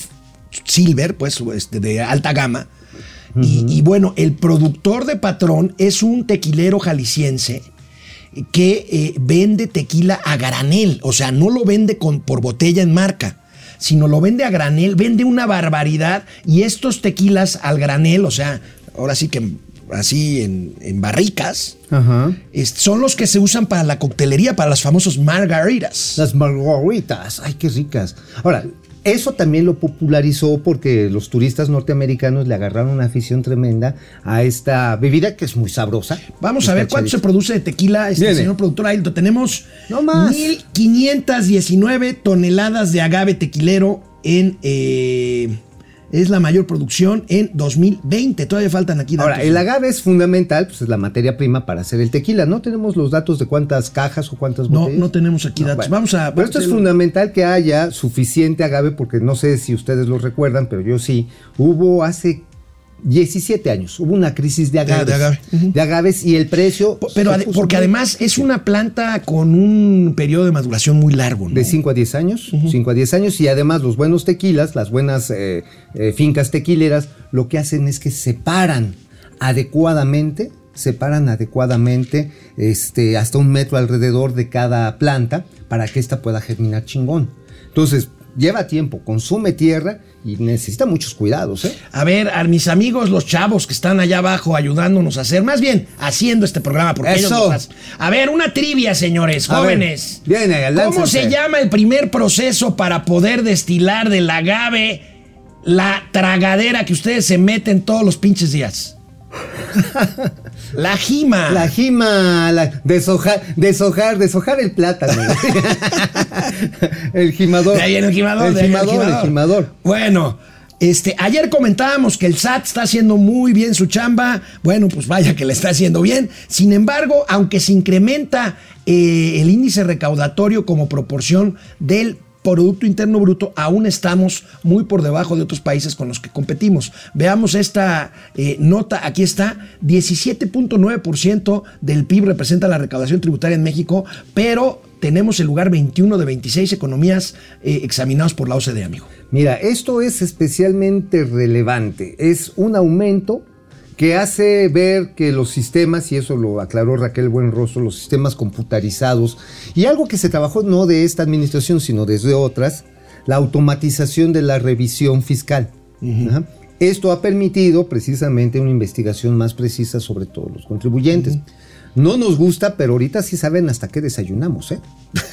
silver, pues, este, de alta gama. Y, y bueno, el productor de Patrón es un tequilero jalisciense que eh, vende tequila a granel, o sea, no lo vende con, por botella en marca, sino lo vende a granel, vende una barbaridad y estos tequilas al granel, o sea, ahora sí que así en, en barricas,
Ajá.
es- son los que se usan para la coctelería, para las famosas margaritas.
Las margaritas, ay, qué ricas. Ahora, eso también lo popularizó porque los turistas norteamericanos le agarraron una afición tremenda a esta bebida que es muy sabrosa.
Vamos a ver cuánto se produce de tequila, este
Viene.
señor productor Ailton. Tenemos
No más.
mil quinientas diecinueve toneladas de agave tequilero en... eh, es la mayor producción en dos mil veinte. Todavía faltan aquí datos.
Ahora, el agave es fundamental, pues es la materia prima para hacer el tequila. No tenemos los datos de cuántas cajas o cuántas
No,
botellas.
no tenemos aquí datos. Vamos a-
Pero esto es
vamos a-
fundamental que haya suficiente agave, porque no sé si ustedes lo recuerdan, pero yo sí. Hubo hace diecisiete años, hubo una crisis de agaves.
de agave. Ujú.
De agaves y el precio.
Po- Pero
se
ade-
puso
porque
muy-
además es una planta con un periodo de maduración muy largo, ¿no?
De cinco a diez años, cinco a diez años, y además los buenos tequilas, las buenas eh, eh, fincas tequileras, lo que hacen es que separan adecuadamente, separan adecuadamente este, hasta un metro alrededor de cada planta para que ésta pueda germinar chingón. Entonces, lleva tiempo, consume tierra y necesita muchos cuidados, ¿eh?
A ver, a mis amigos, los chavos que están allá abajo ayudándonos a hacer, más bien haciendo este programa, porque
Eso.
ellos nos hacen. A ver, una trivia, señores,
A
jóvenes.
ver, viene,
¿Cómo
láncense.
se llama el primer proceso para poder destilar del agave la tragadera que ustedes se meten todos los pinches días? La jima.
La jima, la, deshojar, deshojar, deshojar el plátano. El jimador.
De ahí viene el jimador.
El
de ahí viene
jimador, el jimador.
Bueno, este, ayer comentábamos que el S A T está haciendo muy bien su chamba. Bueno, pues vaya que le está haciendo bien. Sin embargo, aunque se incrementa eh, el índice recaudatorio como proporción del Producto Interno Bruto, aún estamos muy por debajo de otros países con los que competimos. Veamos esta eh, nota, aquí está, diecisiete punto nueve por ciento del P I B representa la recaudación tributaria en México, pero tenemos el lugar veintiuno de veintiséis economías eh, examinados por la O C D E, amigo.
Mira, esto es especialmente relevante. Es un aumento que hace ver que los sistemas, y eso lo aclaró Raquel Buenrostro, los sistemas computarizados, y algo que se trabajó no de esta administración, sino desde otras, la automatización de la revisión fiscal. Uh-huh. Ajá. Esto ha permitido precisamente una investigación más precisa sobre todos los contribuyentes. Uh-huh. No nos gusta, pero ahorita sí saben hasta qué desayunamos, ¿eh?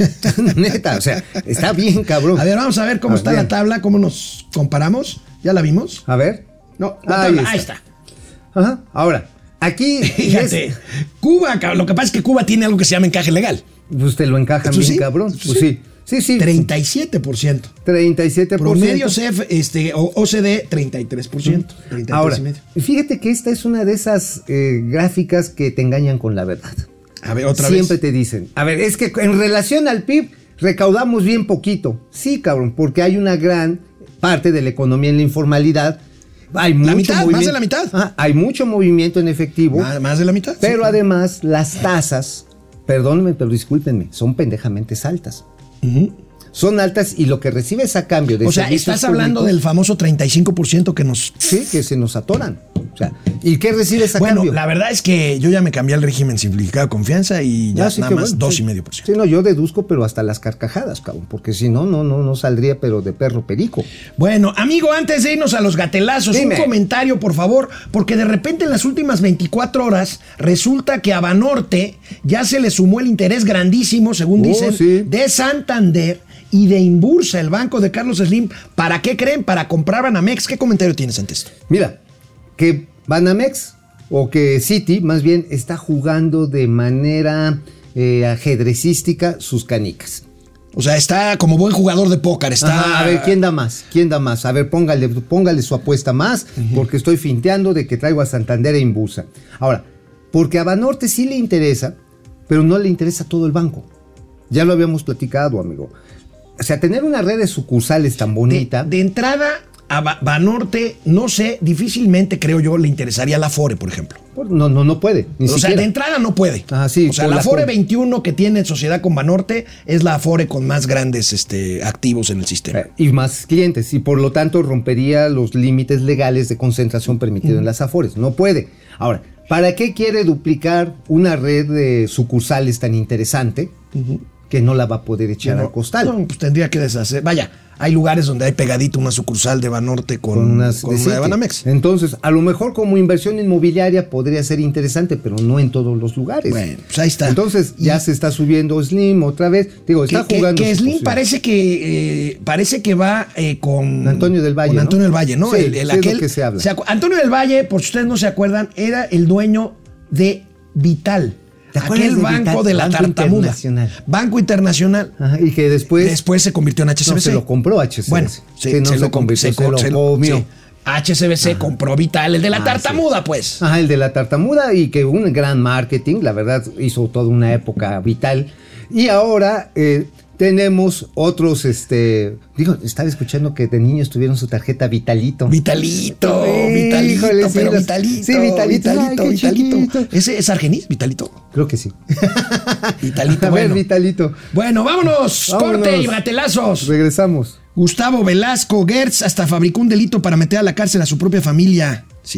Neta, o sea, está bien, cabrón.
A ver, vamos a ver cómo a está ver. la tabla, cómo nos comparamos. ¿Ya la vimos?
A ver.
No, la
ahí,
tabla,
está.
ahí está.
Ajá. Ahora, aquí...
Fíjate,
es...
Cuba, lo que pasa es que Cuba tiene algo que se llama encaje legal.
Pues te lo encajan bien,
sí?
cabrón. Pues sí. Sí, sí.
treinta y siete por ciento.
treinta y siete por ciento.
Promedio C E F, este, O C D E, treinta y tres por ciento. treinta y tres
Ahora,
y medio.
Fíjate que esta es una de esas eh, gráficas que te engañan con la verdad.
A ver, otra
Siempre
vez.
te dicen, a ver, es que en relación al P I B recaudamos bien poquito. Sí, cabrón, porque hay una gran parte de la economía en la informalidad. Hay mucho
la mitad,
movimiento,
más de la mitad.
Ajá, hay mucho movimiento en efectivo.
Más, más de la mitad.
Pero
sí.
además, las tasas, perdónenme, pero discúlpenme, son pendejamente altas. Uh-huh. Son altas y lo que recibes a cambio de
O sea, estás hablando públicos, del famoso treinta y cinco por ciento que nos...
Sí, que se nos atoran. O sea, ¿y qué recibes a
bueno,
cambio?
Bueno, la verdad es que yo ya me cambié al régimen simplificado de confianza y ya ah, sí, nada más dos y medio por ciento.
Sí, no, yo deduzco, pero hasta las carcajadas, cabrón, porque si no, no, no, no saldría, pero de perro perico.
Bueno, amigo, antes de irnos a los gatelazos, Dime. un comentario, por favor, porque de repente en las últimas veinticuatro horas resulta que a Banorte ya se le sumó el interés grandísimo, según oh, dicen, sí. de Santander y de Inbursa, el banco de Carlos Slim. ¿Para qué creen? Para comprar Banamex. ¿Qué comentario tienes ante esto?
Mira, que Banamex, o que Citi, más bien, está jugando de manera eh, ajedrecística sus canicas.
O sea, está como buen jugador de póker. Está...
Ajá, a ver, ¿quién da más? ¿Quién da más? A ver, póngale, póngale su apuesta más, uh-huh. porque estoy finteando de que traigo a Santander e Inbursa. Ahora, porque a Banorte sí le interesa, pero no le interesa todo el banco. Ya lo habíamos platicado, amigo. O sea, tener una red de sucursales tan bonita.
De, de entrada, a ba- Banorte, no sé, difícilmente, creo yo, le interesaría la Afore, por ejemplo.
No, no, no puede. Ni
o
siquiera.
sea, de entrada no puede.
Ah, sí,
o sea, la Afore veintiuno que tiene sociedad con Banorte es la Afore con más grandes este, activos en el sistema.
Y más clientes. Y por lo tanto rompería los límites legales de concentración permitidos uh-huh. en las Afores. No puede. Ahora, ¿para qué quiere duplicar una red de sucursales tan interesante? Uh-huh. que no la va a poder echar no, al costal.
No, pues tendría que deshacer. Vaya, hay lugares donde hay pegadito una sucursal de Banorte con, con, unas, con de una de Banamex.
Entonces, a lo mejor como inversión inmobiliaria podría ser interesante, pero no en todos los lugares.
Bueno, pues ahí está.
Entonces, y ya se está subiendo Slim otra vez. Digo, está
que,
jugando.
Que, que Slim parece que eh, parece que va eh, con
Antonio del Valle.
Con
¿no?
Antonio del Valle, ¿no?
Sí,
el, el,
sí
aquel,
es lo que se habla.
Se acu- Antonio del Valle, por si ustedes no se acuerdan, era el dueño de Vital. Aquel
de
banco
Vital?
de la
Banco
tartamuda.
Internacional.
Banco Internacional.
Ajá, y que después.
Después se convirtió en H S B C.
No, se lo compró H S B C.
Bueno,
sí,
sí,
no
se,
se,
lo
convirtió,
se,
se,
se
lo comió.
Sí. H S B C Ajá. compró Vital, el de la ah, tartamuda, sí. pues.
Ajá, el de la tartamuda y que un gran marketing, la verdad, hizo toda una época Vital. Y ahora eh, tenemos otros, este, digo, estaba escuchando que de niños tuvieron su tarjeta Vitalito.
Vitalito, sí, Vitalito,
híjole,
pero
sí,
Vitalito.
Sí, Vitalito,
Vitalito,
ay,
Vitalito. ¿Ese es Argenis, Vitalito?
Creo que sí.
Vitalito,
A
bueno.
ver, Vitalito.
Bueno, vámonos,
vámonos.
corte y gatelazos.
Regresamos.
Gustavo Velasco Gertz hasta fabricó un delito para meter a la cárcel a su propia familia. Sí.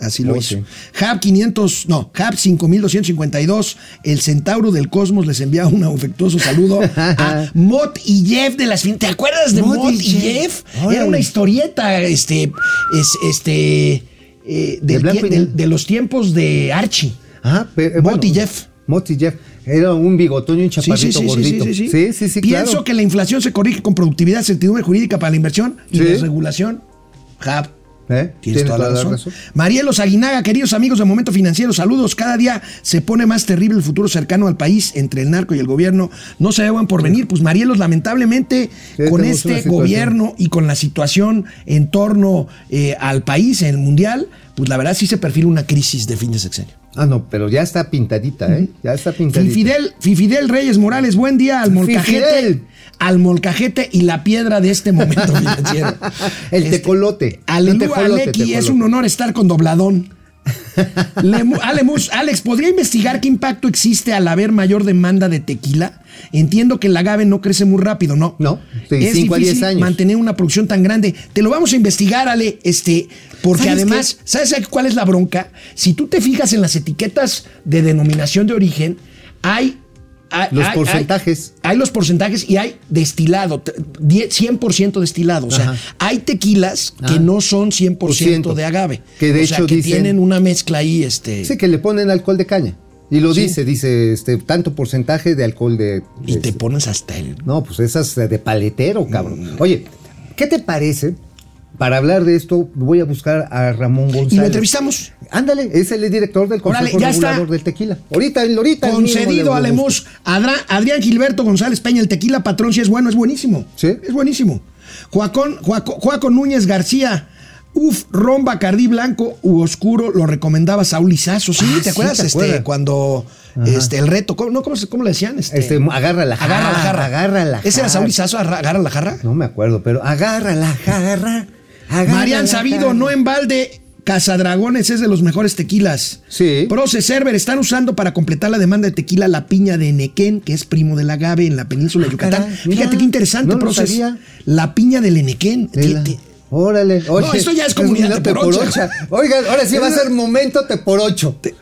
Así lo
Oh,
hizo.
sí.
Hab quinientos, no, Hab cinco mil doscientos cincuenta y dos, el Centauro del Cosmos les envía un afectuoso saludo a Mott y Jeff de las fin. ¿Te acuerdas de
Mott
Mott
y
y Jeff?
Jeff? Órale.
Era una historieta, este, es, este, eh,
De
del
blanco
tie-
y
de,
negro.
de los tiempos de Archie.
Ajá, pero, eh,
Mott y Jeff.
Mott y Jeff. Era un bigotón y un
Sí,
chaparrito
sí, sí,
gordito.
sí, sí, sí.
sí, sí, sí,
Pienso
claro.
que la inflación se corrige con productividad, certidumbre jurídica para la inversión y
Sí.
desregulación. Hab.
¿Eh?
Tienes
Tiene
toda la razón. Marielos Aguinaga, queridos amigos de Momento Financiero, saludos. Cada día se pone más terrible el futuro cercano al país entre el narco y el gobierno. No se ve buen porvenir. Pues Marielos, lamentablemente,
Sí,
con
tenemos una
este
situación.
gobierno y con la situación en torno eh, al país, en el mundial, pues la verdad sí se perfila una crisis de fin de sexenio.
Ah, no, pero ya está pintadita, ¿eh? Ya está pintadita.
Fifidel, Fifidel Reyes Morales, buen día al molcajete,
Fifidel.
al molcajete y la piedra de este momento financiero.
El
Este,
tecolote.
Aleluya,
Un tecolote,
Aleki, es
tecolote.
un honor estar con Dobladón. Lemu- Alemus, Alex, ¿podría investigar qué impacto existe al haber mayor demanda de tequila? Entiendo que el agave no crece muy rápido, ¿no?
No, de
es
cinco a diez
difícil
años.
mantener una producción tan grande. Te lo vamos a investigar, Ale, este, porque
¿Sabes
además, ¿sabes cuál es la bronca? Si tú te fijas en las etiquetas de denominación de origen, hay... hay-
Los
hay-
porcentajes.
Hay, hay los porcentajes y hay destilado, te- die- cien por ciento destilado. O sea,
Ajá.
hay tequilas que
Ah.
no son cien por ciento
Por ciento.
de agave.
Que de
o sea,
hecho
que
dicen-
tienen una mezcla ahí, este.
Sí, que le ponen alcohol de caña. Y lo
Sí.
dice, dice, este, tanto porcentaje de alcohol de...
y
de-
te pones hasta el.
No, pues esas de paletero, cabrón.
Mm.
Oye, ¿qué te parece? Para hablar de esto, voy a buscar a Ramón González.
Y lo entrevistamos.
Ándale, es el director del Consejo
Órale, ya está.
Regulador del Tequila. Ahorita, ahorita. mismo
Concedido
le-
a
le
Lemus.
busco.
Adra- Adrián Gilberto González Peña, el tequila patrón, si es bueno, es buenísimo.
Sí.
Es buenísimo. Joacón, Joaco, Joaco Núñez García. Uf, ron Bacardí blanco u oscuro, lo recomendaba Saúl Lizazo. Sí,
Ah,
¿te
sí,
acuerdas?
¿te
este,
acuerdas?
cuando este, el reto, ¿cómo, no, ¿cómo, se- cómo le decían? Este,
Este, agarra la jarra.
agarra la jarra.
Agarra la
¿Ese era
jarra.
Saúl Lizazo, arra- agarra la jarra?
No me acuerdo, pero agarra la jarra. agarra
Marian
la
Sabido,
jarra.
no en balde. Cazadragones es de los mejores tequilas.
Sí.
Proce Server están usando para completar la demanda de tequila la piña de Enequén, que es primo del agave en la península de
Ah,
Yucatán.
caray, mira,
Fíjate qué interesante,
no lo
Proce.
sabía.
La piña del Enequén.
De la-
Ti- ti-
Órale, oye,
No, esto ya es comunidad
una
teporocha.
teporocha. Oigan, ahora sí va a ser momento teporocho.
te-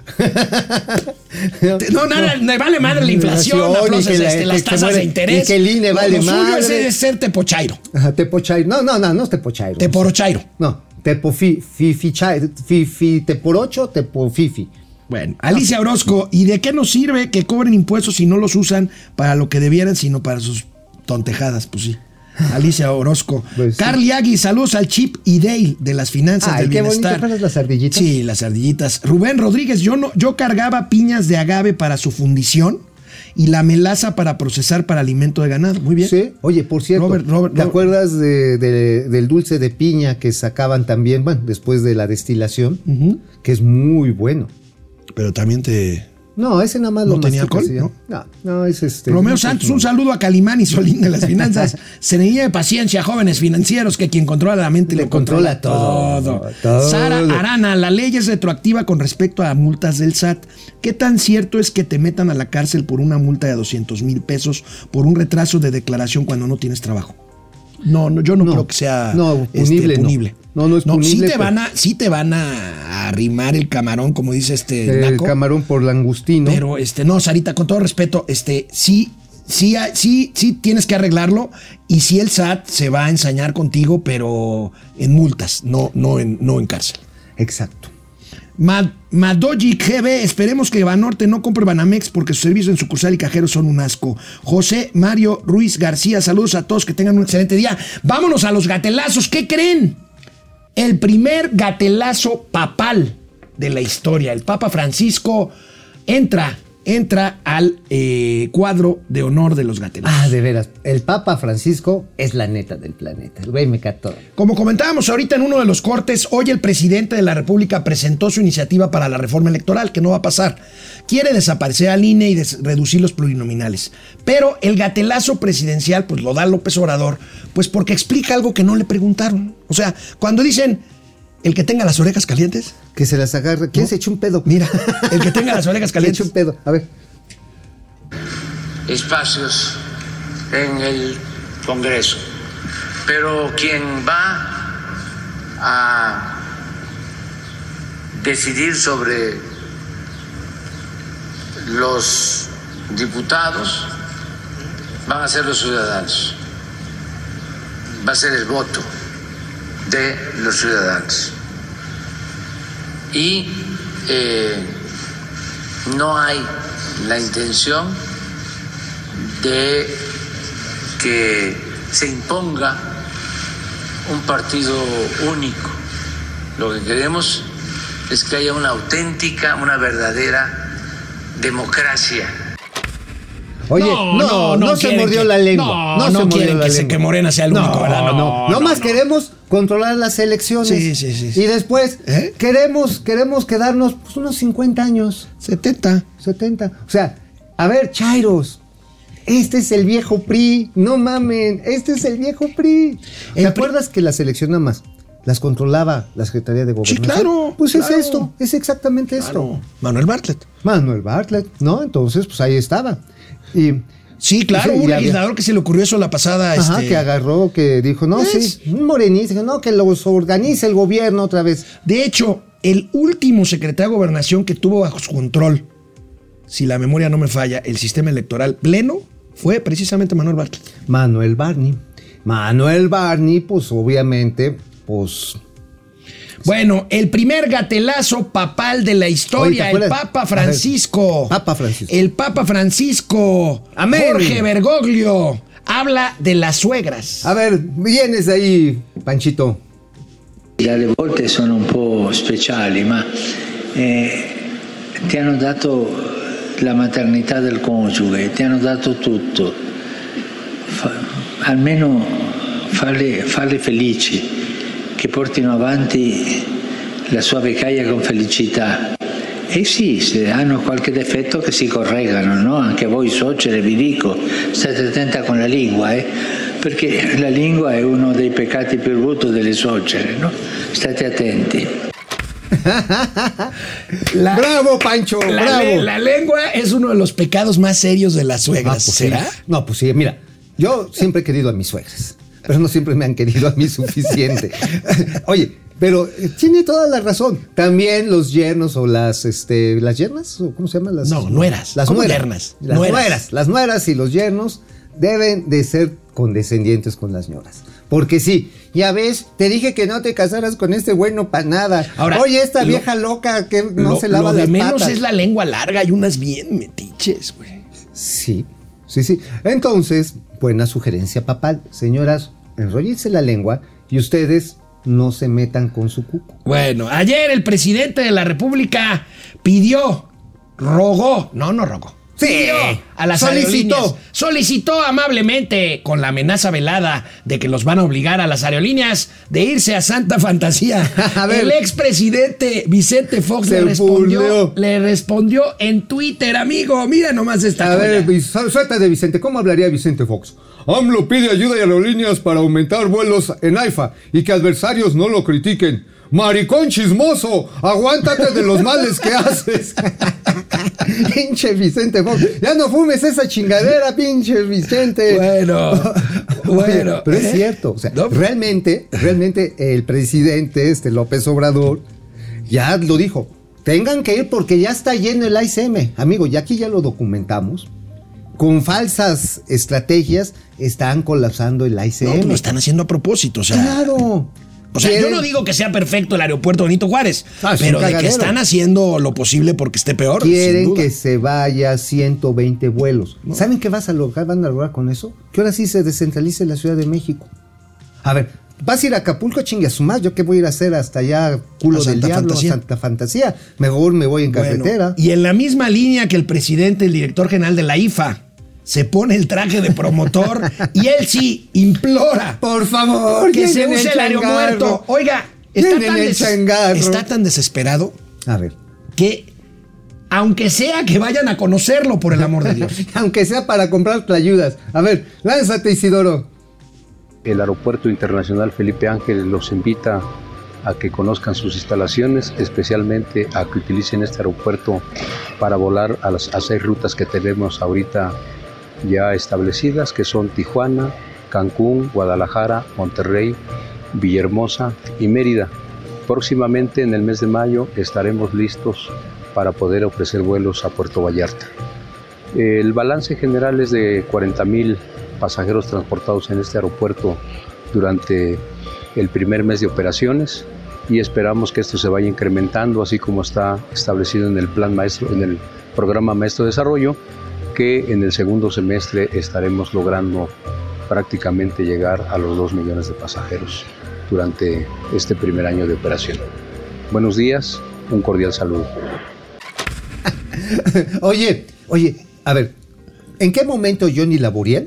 No, nada, me vale madre la inflación,
Inflación,
la
y
Proce,
que la-
este,
que
las
se
tasas
muere,
de interés.
y que el I N E
Lo-
vale
lo suyo
madre.
es de ser tepochairo.
Ajá, tepochairo. No, no, no, no es tepochairo.
Teporochairo.
No, tepo fi, fi, fi, chai- fi, fi, teporocho, tepo fifi.
Bueno, Alicia Orozco, ¿y de qué nos sirve que cobren impuestos si no los usan para lo que debieran, sino para sus tontejadas? Pues sí. Alicia Orozco.
Pues sí.
Carly Agui, saludos al Chip y Dale de las finanzas
Ay,
del
qué
bienestar.
bonito, ¿cuáles las ardillitas?
Sí, las ardillitas. Rubén Rodríguez, yo no, yo cargaba piñas de agave para su fundición y la melaza para procesar para alimento de ganado. Muy bien.
Sí. Oye, por cierto,
Robert, Robert,
¿te
Robert.
acuerdas de, de- del dulce de piña que sacaban también, bueno, después de la destilación?
Ujú.
Que es muy bueno.
Pero también te...
No, ese nada más
¿No
lo
tenía
masticas
alcohol?
y ya. No, no, es este.
Romeo
no,
Santos,
no.
un saludo a Calimán y Solín de las finanzas. Serenidad de paciencia, jóvenes financieros, que quien controla la mente
Le
lo controla,
controla
todo.
todo, todo.
Sara Arana, la ley es retroactiva con respecto a multas del S A T. ¿Qué tan cierto es que te metan a la cárcel por una multa de doscientos mil pesos por un retraso de declaración cuando no tienes trabajo? No, no, yo no,
No,
creo que sea
no,
este,
punible, no.
punible.
No, no es
sí
punible,
te
pero-
van a, sí te van a arrimar el camarón, como dice este
El
Naco.
camarón por langustino.
Pero, este, no, Sarita, con todo respeto, este, sí, sí, hay- sí, sí tienes que arreglarlo y sí el S A T se va a ensañar contigo, pero en multas, no, no en, no en cárcel.
Exacto.
Ma- Madoji G B, esperemos que Banorte no compre Banamex porque sus servicios en sucursal y cajeros son un asco. José Mario Ruiz García, saludos a todos, que tengan un excelente día. Vámonos a los gatelazos, ¿qué creen? El primer gatelazo papal de la historia. El Papa Francisco entra, entra al eh, cuadro de honor de los gatelazos.
Ah, de veras. El Papa Francisco es la neta del planeta. El güey me cató.
Como comentábamos ahorita en uno de los cortes, hoy el presidente de la República presentó su iniciativa para la reforma electoral, que no va a pasar. Quiere desaparecer al I N E y des- reducir los plurinominales. Pero el gatelazo presidencial, pues lo da López Obrador, pues porque explica algo que no le preguntaron. O sea, cuando dicen, el que tenga las orejas calientes,
Que se las agarre. ¿Quién
No.
se echó un pedo?
mira, el que tenga las orejas
Se echó
calientes.
un pedo. A ver.
espacios en el Congreso. Pero quien va a decidir sobre los diputados van a ser los ciudadanos, va a ser el voto de los ciudadanos. Y eh, no hay la intención de que se imponga un partido único. Lo que queremos es que haya una auténtica, una verdadera democracia.
Oye, no, no, no, no se mordió
que,
la lengua.
No,
no,
no
se mordió
quieren
la
que,
lengua.
Se, que Morena sea el
no,
único, ¿verdad?
No, no, no. más no. queremos controlar las elecciones.
Sí, sí, sí. sí.
Y después ¿Eh? queremos, queremos quedarnos pues, unos cincuenta años.
setenta.
setenta. O sea, a ver, chairos, este es el viejo P R I. No mamen, este es el viejo P R I. ¿Te acuerdas que las elecciones nada más las controlaba la Secretaría de Gobernación?
Sí, claro.
Pues
claro.
es esto, es exactamente
claro.
esto.
Manuel Bartlett.
Manuel Bartlett, ¿no? Entonces, pues ahí estaba. Y...
Sí, claro, hubo un legislador que se le ocurrió eso la pasada.
Ajá,
este...
que agarró, que dijo, no, ¿Es? sí, un morenista, no, que los organice el gobierno otra vez.
De hecho, el último secretario de Gobernación que tuvo bajo su control, si la memoria no me falla, el sistema electoral pleno, fue precisamente Manuel Bartlett.
Manuel Barney. Manuel Barney, pues obviamente, pues...
Bueno, el primer gatelazo papal de la historia, Oye, el Papa Francisco.
Papa Francisco.
El Papa Francisco.
Amén.
Jorge Bergoglio habla de las suegras.
A ver, vienes ahí, Panchito.
Le volte sono un po' speciali, ma eh, ti hanno dato la maternità del coniuge, ti hanno dato tutto. Fa, almeno farli, farli felici. Che portino avanti la sua vecchiaia con felicità. E sì, se hanno qualche difetto che si correggano, no? Anche voi suocere vi dico, state attenta con la lingua, eh? Perché la lingua è uno dei peccati più brutti delle suocere, no? State attenti.
La, bravo, Pancho,
la,
bravo.
La lengua es uno de los pecados más serios de las suegras,
ah, pues
¿será?
Sí. No, pues sí, mira, yo siempre he querido a mis suegras. Pero no siempre me han querido a mí suficiente. Oye, pero tiene toda la razón. También los yernos o las, este, las yernas, ¿o cómo se llaman? Las,
no, nueras.
Las
¿Cómo
nueras.
Yernas?
Las
nueras.
nueras. Las nueras y los yernos deben de ser condescendientes con las ñoras. Porque sí, ya ves, te dije que no te casaras con este güey no para nada. Ahora, Oye, esta lo, vieja loca que no
lo,
se lava
lo de
las
menos
patas.
Es la lengua larga y unas bien metiches, güey.
Sí, sí, sí. Entonces, buena sugerencia papal. Señoras, enróllense la lengua y ustedes no se metan con su cuco.
Bueno, ayer el presidente de la República pidió, rogó, no, no rogó.
Sí,
pidió a las
solicitó.
aerolíneas, solicitó amablemente, con la amenaza velada de que los van a obligar a las aerolíneas de irse a Santa Fantasía. A ver, el expresidente Vicente Fox le respondió, le respondió en Twitter, amigo, mira nomás esta
A
joya.
ver, suelta de Vicente, ¿cómo hablaría Vicente Fox? AMLO pide ayuda a aerolíneas para aumentar vuelos en AIFA y que adversarios no lo critiquen. Maricón chismoso, aguántate de los males que haces. Pinche Vicente Fox, ya no fumes esa chingadera, pinche Vicente.
Bueno, bueno.
Oye, pero es cierto, o sea, no. realmente, realmente el presidente este López Obrador ya lo dijo. Tengan que ir porque ya está lleno el A I C M. Amigo, ya aquí ya lo documentamos. Con falsas estrategias están colapsando el A I C M.
No, lo están haciendo a propósito, o sea.
Claro.
O sea, ¿Quieren? Yo no digo que sea perfecto el aeropuerto Benito Juárez, ah, pero de que están haciendo lo posible porque esté peor.
Quieren que se vaya ciento veinte vuelos. ¿No? ¿Saben qué vas a lograr, van a lograr con eso? Que ahora sí se descentralice la Ciudad de México. A ver, vas a ir a Acapulco, chingue a su madre. ¿Yo qué voy a ir a hacer hasta allá, culo del diablo, Fantasía. Santa Fantasía? Mejor me voy en carretera.
Bueno, y en la misma línea que el presidente, el director general de la I F A, se pone el traje de promotor y él sí implora.
Por favor,
que se use el, el aeropuerto. Oiga, está tan, des está tan desesperado.
A ver.
Que aunque sea que vayan a conocerlo, por el amor de Dios.
Aunque sea para comprar ayudas. A ver, lánzate, Isidoro.
El Aeropuerto Internacional Felipe Ángeles los invita a que conozcan sus instalaciones, especialmente a que utilicen este aeropuerto para volar a las a seis rutas que tenemos ahorita ya establecidas, que son Tijuana, Cancún, Guadalajara, Monterrey, Villahermosa y Mérida. próximamente en el mes de mayo estaremos listos para poder ofrecer vuelos a Puerto Vallarta. El balance general es de cuarenta mil pasajeros transportados en este aeropuerto durante el primer mes de operaciones y esperamos que esto se vaya incrementando, así como está establecido en el plan maestro, en el programa Maestro de Desarrollo, que en el segundo semestre estaremos logrando prácticamente llegar a los dos millones de pasajeros durante este primer año de operación. Buenos días, un cordial saludo.
Oye, oye, a ver, ¿en qué momento Johnny Laboriel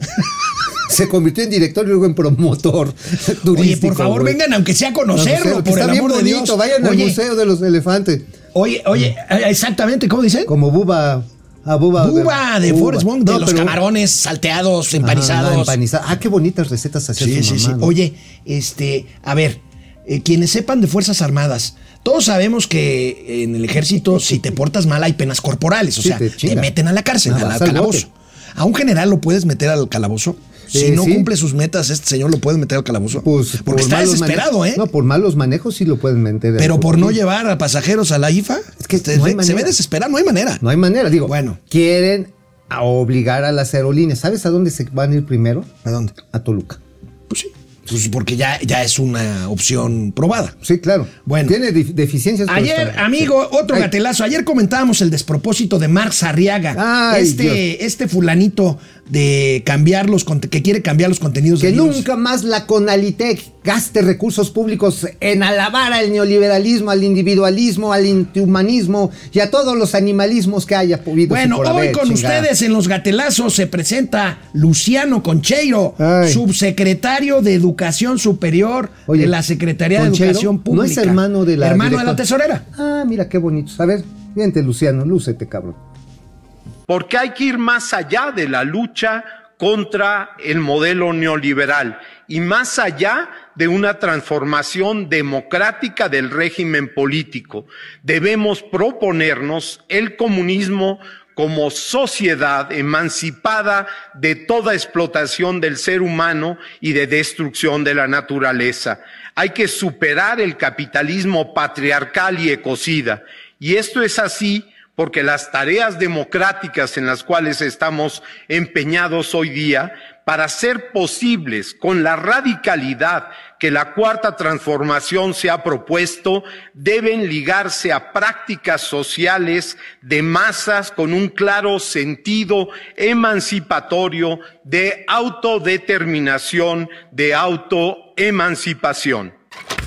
se convirtió en director y luego en promotor turístico?
Oye, por favor,
güey?
vengan aunque sea a conocerlo,
No,
por
está
el
bien
amor
bonito,
de Dios.
vayan
Oye,
al Museo de los Elefantes.
Oye, oye, exactamente, ¿cómo dice?
Como Buba... A Buba,
Buba de
Buba.
Forrest Gump, de
No,
los
pero-
camarones salteados,
Ah,
empanizados.
empanizados. Ah, qué bonitas recetas hacía
Sí,
su
sí, sí.
mamá, ¿no?
Oye, este, a ver, eh, quienes sepan de Fuerzas Armadas, todos sabemos que en el ejército, si te portas mal, hay penas corporales. O
Sí,
sea,
te
te,
chinga.
meten a la cárcel,
Ah,
al
vas al
calabozo.
bote.
¿A un general lo puedes meter al calabozo? Si
Eh,
no
sí.
cumple sus metas, este señor lo puede meter al calabozo.
Pues,
Porque
por
está
malos
desesperado,
manejos-
¿eh?
No, por malos manejos sí lo pueden meter.
Pero
al
por no
botín.
llevar a pasajeros a la I F A,
Es que
se,
no hay
ve, se ve
manera.
desesperado, no hay manera.
No hay manera, digo.
Bueno.
Quieren a obligar a las aerolíneas. ¿Sabes a dónde se van a ir primero?
¿A dónde?
A Toluca.
Pues sí. Pues porque ya, ya es una opción probada.
Sí, claro.
Bueno.
Tiene dif- deficiencias. pero
Ayer,
está-
amigo,
sí.
otro
Ay,
gatelazo. Ayer comentábamos el despropósito de Marx Arriaga.
Ay,
este, este fulanito de cambiar los conte- que quiere cambiar los contenidos
Que
de libros.
nunca más la Conalitec gaste recursos públicos en alabar al neoliberalismo, al individualismo, al antihumanismo y a todos los animalismos que haya podido.
Bueno, hoy con ustedes en Los Gatelazos se presenta Luciano Concheiro,
Ay.
subsecretario de Educación Superior
Oye,
de la Secretaría de
Concheiro,
Educación
¿no
Pública.
es hermano de la
Hermano de la
directora?
tesorera.
Ah, mira qué bonito. A ver, vente, Luciano, lúcete, cabrón.
Porque hay que ir más allá de la lucha contra el modelo neoliberal y más allá de una transformación democrática del régimen político. Debemos proponernos el comunismo como sociedad emancipada de toda explotación del ser humano y de destrucción de la naturaleza. Hay que superar el capitalismo patriarcal y ecocida. Y esto es así porque las tareas democráticas en las cuales estamos empeñados hoy día, para ser posibles con la radicalidad que la cuarta transformación se ha propuesto, deben ligarse a prácticas sociales de masas con un claro sentido emancipatorio de autodeterminación, de autoemancipación.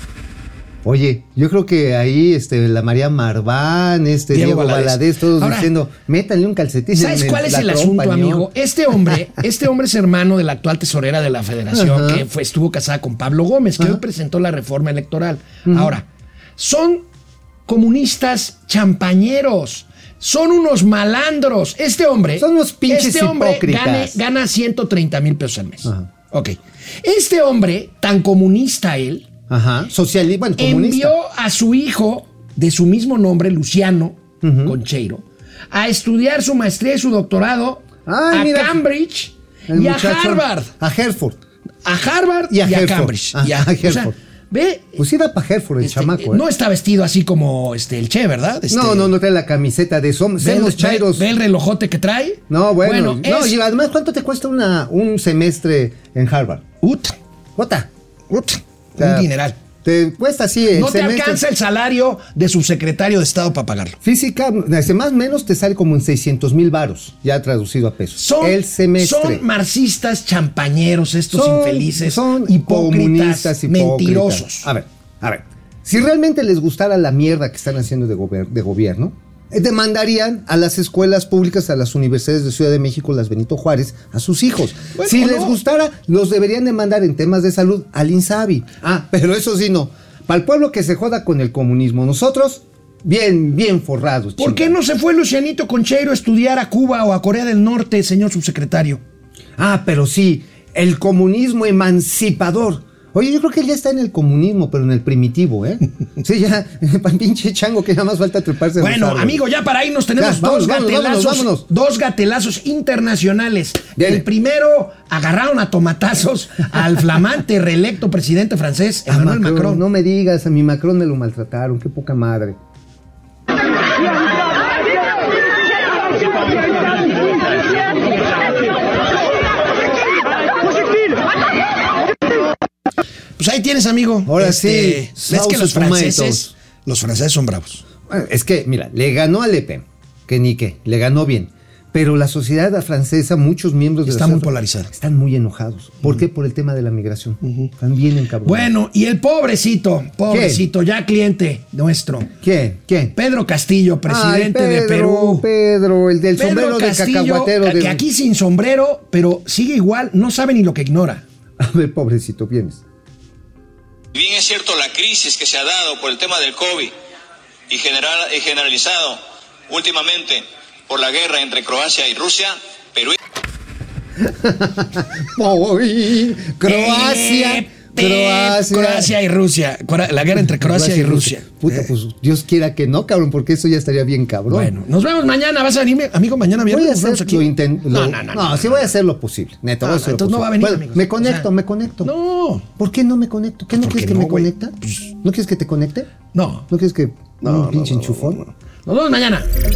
Oye, yo creo que ahí este, la María Marván, este
Diego
Diego,
Valadez.
Valadez, todos
Ahora,
diciendo, métanle un calcetín.
¿Sabes
en
cuál es
la
el
trompa,
asunto,
¿no?
amigo? Este hombre, este hombre es hermano de la actual tesorera de la Federación,
Ajá.
que fue, estuvo casada con Pablo Gómez, que
Ajá.
hoy presentó la reforma electoral. Ahora, son comunistas champañeros. Son unos malandros. Este hombre.
Son unos pinches
este hombre
hipócritas.
gane- gana ciento treinta mil pesos al mes.
Ajá.
Ok. Este hombre, tan comunista él,
Ajá, socialista, bueno, comunista.
envió a su hijo de su mismo nombre, Luciano Concheiro, a estudiar su maestría y su doctorado
Ay,
a
mira,
Cambridge
el
y a
muchacho-
Harvard.
A Hereford.
A Harvard
Y
y
a
a,
Hereford.
Cambridge.
Ah,
Y a-
a
o sea,
Hereford.
ve,
Pues era para Hereford el
este,
chamaco, ¿eh?
no está vestido así como este, el Che, ¿verdad? Este,
no, no, no trae la camiseta de som-
ve el-
Somos
ve-
Chairos.
ve el relojote que trae.
No, bueno. no,
es-
y además, ¿cuánto te cuesta una, un semestre en Harvard?
Ut,
Jota.
ut,
O sea,
un dineral.
Te cuesta así el
No te
semestre.
alcanza el salario de subsecretario de Estado para pagarlo.
Física, desde más o menos te sale como en seiscientos mil varos, ya traducido a pesos.
Son,
el semestre.
son marxistas champañeros, estos
Son-
infelices,
son
hipócritas,
comunistas, hipócritas.
mentirosos.
A ver, a ver. Si realmente les gustara la mierda que están haciendo de, gober- de gobierno, eh, demandarían a las escuelas públicas, a las universidades de Ciudad de México, las Benito Juárez, a sus hijos.
Bueno,
si
¿o
les
no?
gustara, los deberían demandar en temas de salud al INSABI. Ah, pero eso sí no. Para el pueblo que se joda con el comunismo, nosotros, bien, bien forrados.
¿Por qué
chingada.
no se fue Lucianito Concheiro a estudiar a Cuba o a Corea del Norte, señor subsecretario?
Ah, pero sí, el comunismo emancipador. Oye, yo creo que él ya está en el comunismo, pero en el primitivo, ¿eh? Sí, ya, pinche chango que nada más falta treparse.
Bueno, amigo, ya para irnos tenemos
ya, vámonos,
dos
vámonos,
gatelazos,
vámonos, vámonos.
dos gatelazos internacionales.
Dele.
El primero, agarraron a tomatazos al flamante reelecto presidente francés,
A
Emmanuel
Macron,
Macron.
no me digas, a mi Macron me lo maltrataron, qué poca madre.
Pues ahí tienes, amigo.
Ahora
Este,
sí,
ves que los
sauce
franceses,
tomatoes.
los franceses son bravos.
Bueno, es que, mira, le ganó a Le Pen, que ni qué, le ganó bien. Pero la sociedad francesa, muchos miembros de
Está
la
muy
sociedad
polarizada.
están muy enojados. ¿Por qué? Por el tema de la migración. Están bien encabronados.
Bueno, y el pobrecito, pobrecito, ya cliente nuestro,
¿Quién? ¿Quién?
Pedro Castillo, presidente
Ay,
de
Pedro,
Perú.
Pedro, el del
Pedro
sombrero de
Castillo,
cacahuatero.
que,
de-
que aquí sin sombrero, pero sigue igual, no sabe ni lo que ignora.
A ver, pobrecito, vienes.
Bien es cierto la crisis que se ha dado por el tema del COVID y, general, y generalizado últimamente por la guerra entre Croacia y Rusia, Perú...
Uy, Croacia,
Eh,
Croacia.
Croacia y Rusia. Cora- La guerra entre Croacia y Rusia.
Puta, pues Dios quiera que no, cabrón, porque eso ya estaría bien cabrón.
Bueno, nos vemos mañana. ¿Vas a venir, amigo, mañana viernes?
Voy a
Nos vemos
hacer
aquí.
lo inten- lo-
No, no, no, no,
sí
no,
voy a
no.
hacer lo posible, neta.
Ah,
voy a hacer lo
entonces no
posible.
va a venir,
Bueno,
amigos.
me conecto,
O sea,
me conecto.
No.
¿Por qué no me conecto? ¿Qué no
¿Por
quieres
qué
que
no,
me
güey?
conecte? ¿No quieres que te conecte?
No.
¿No quieres que
No,
un
no,
pinche
no,
enchufón?
no, no. Nos vemos mañana.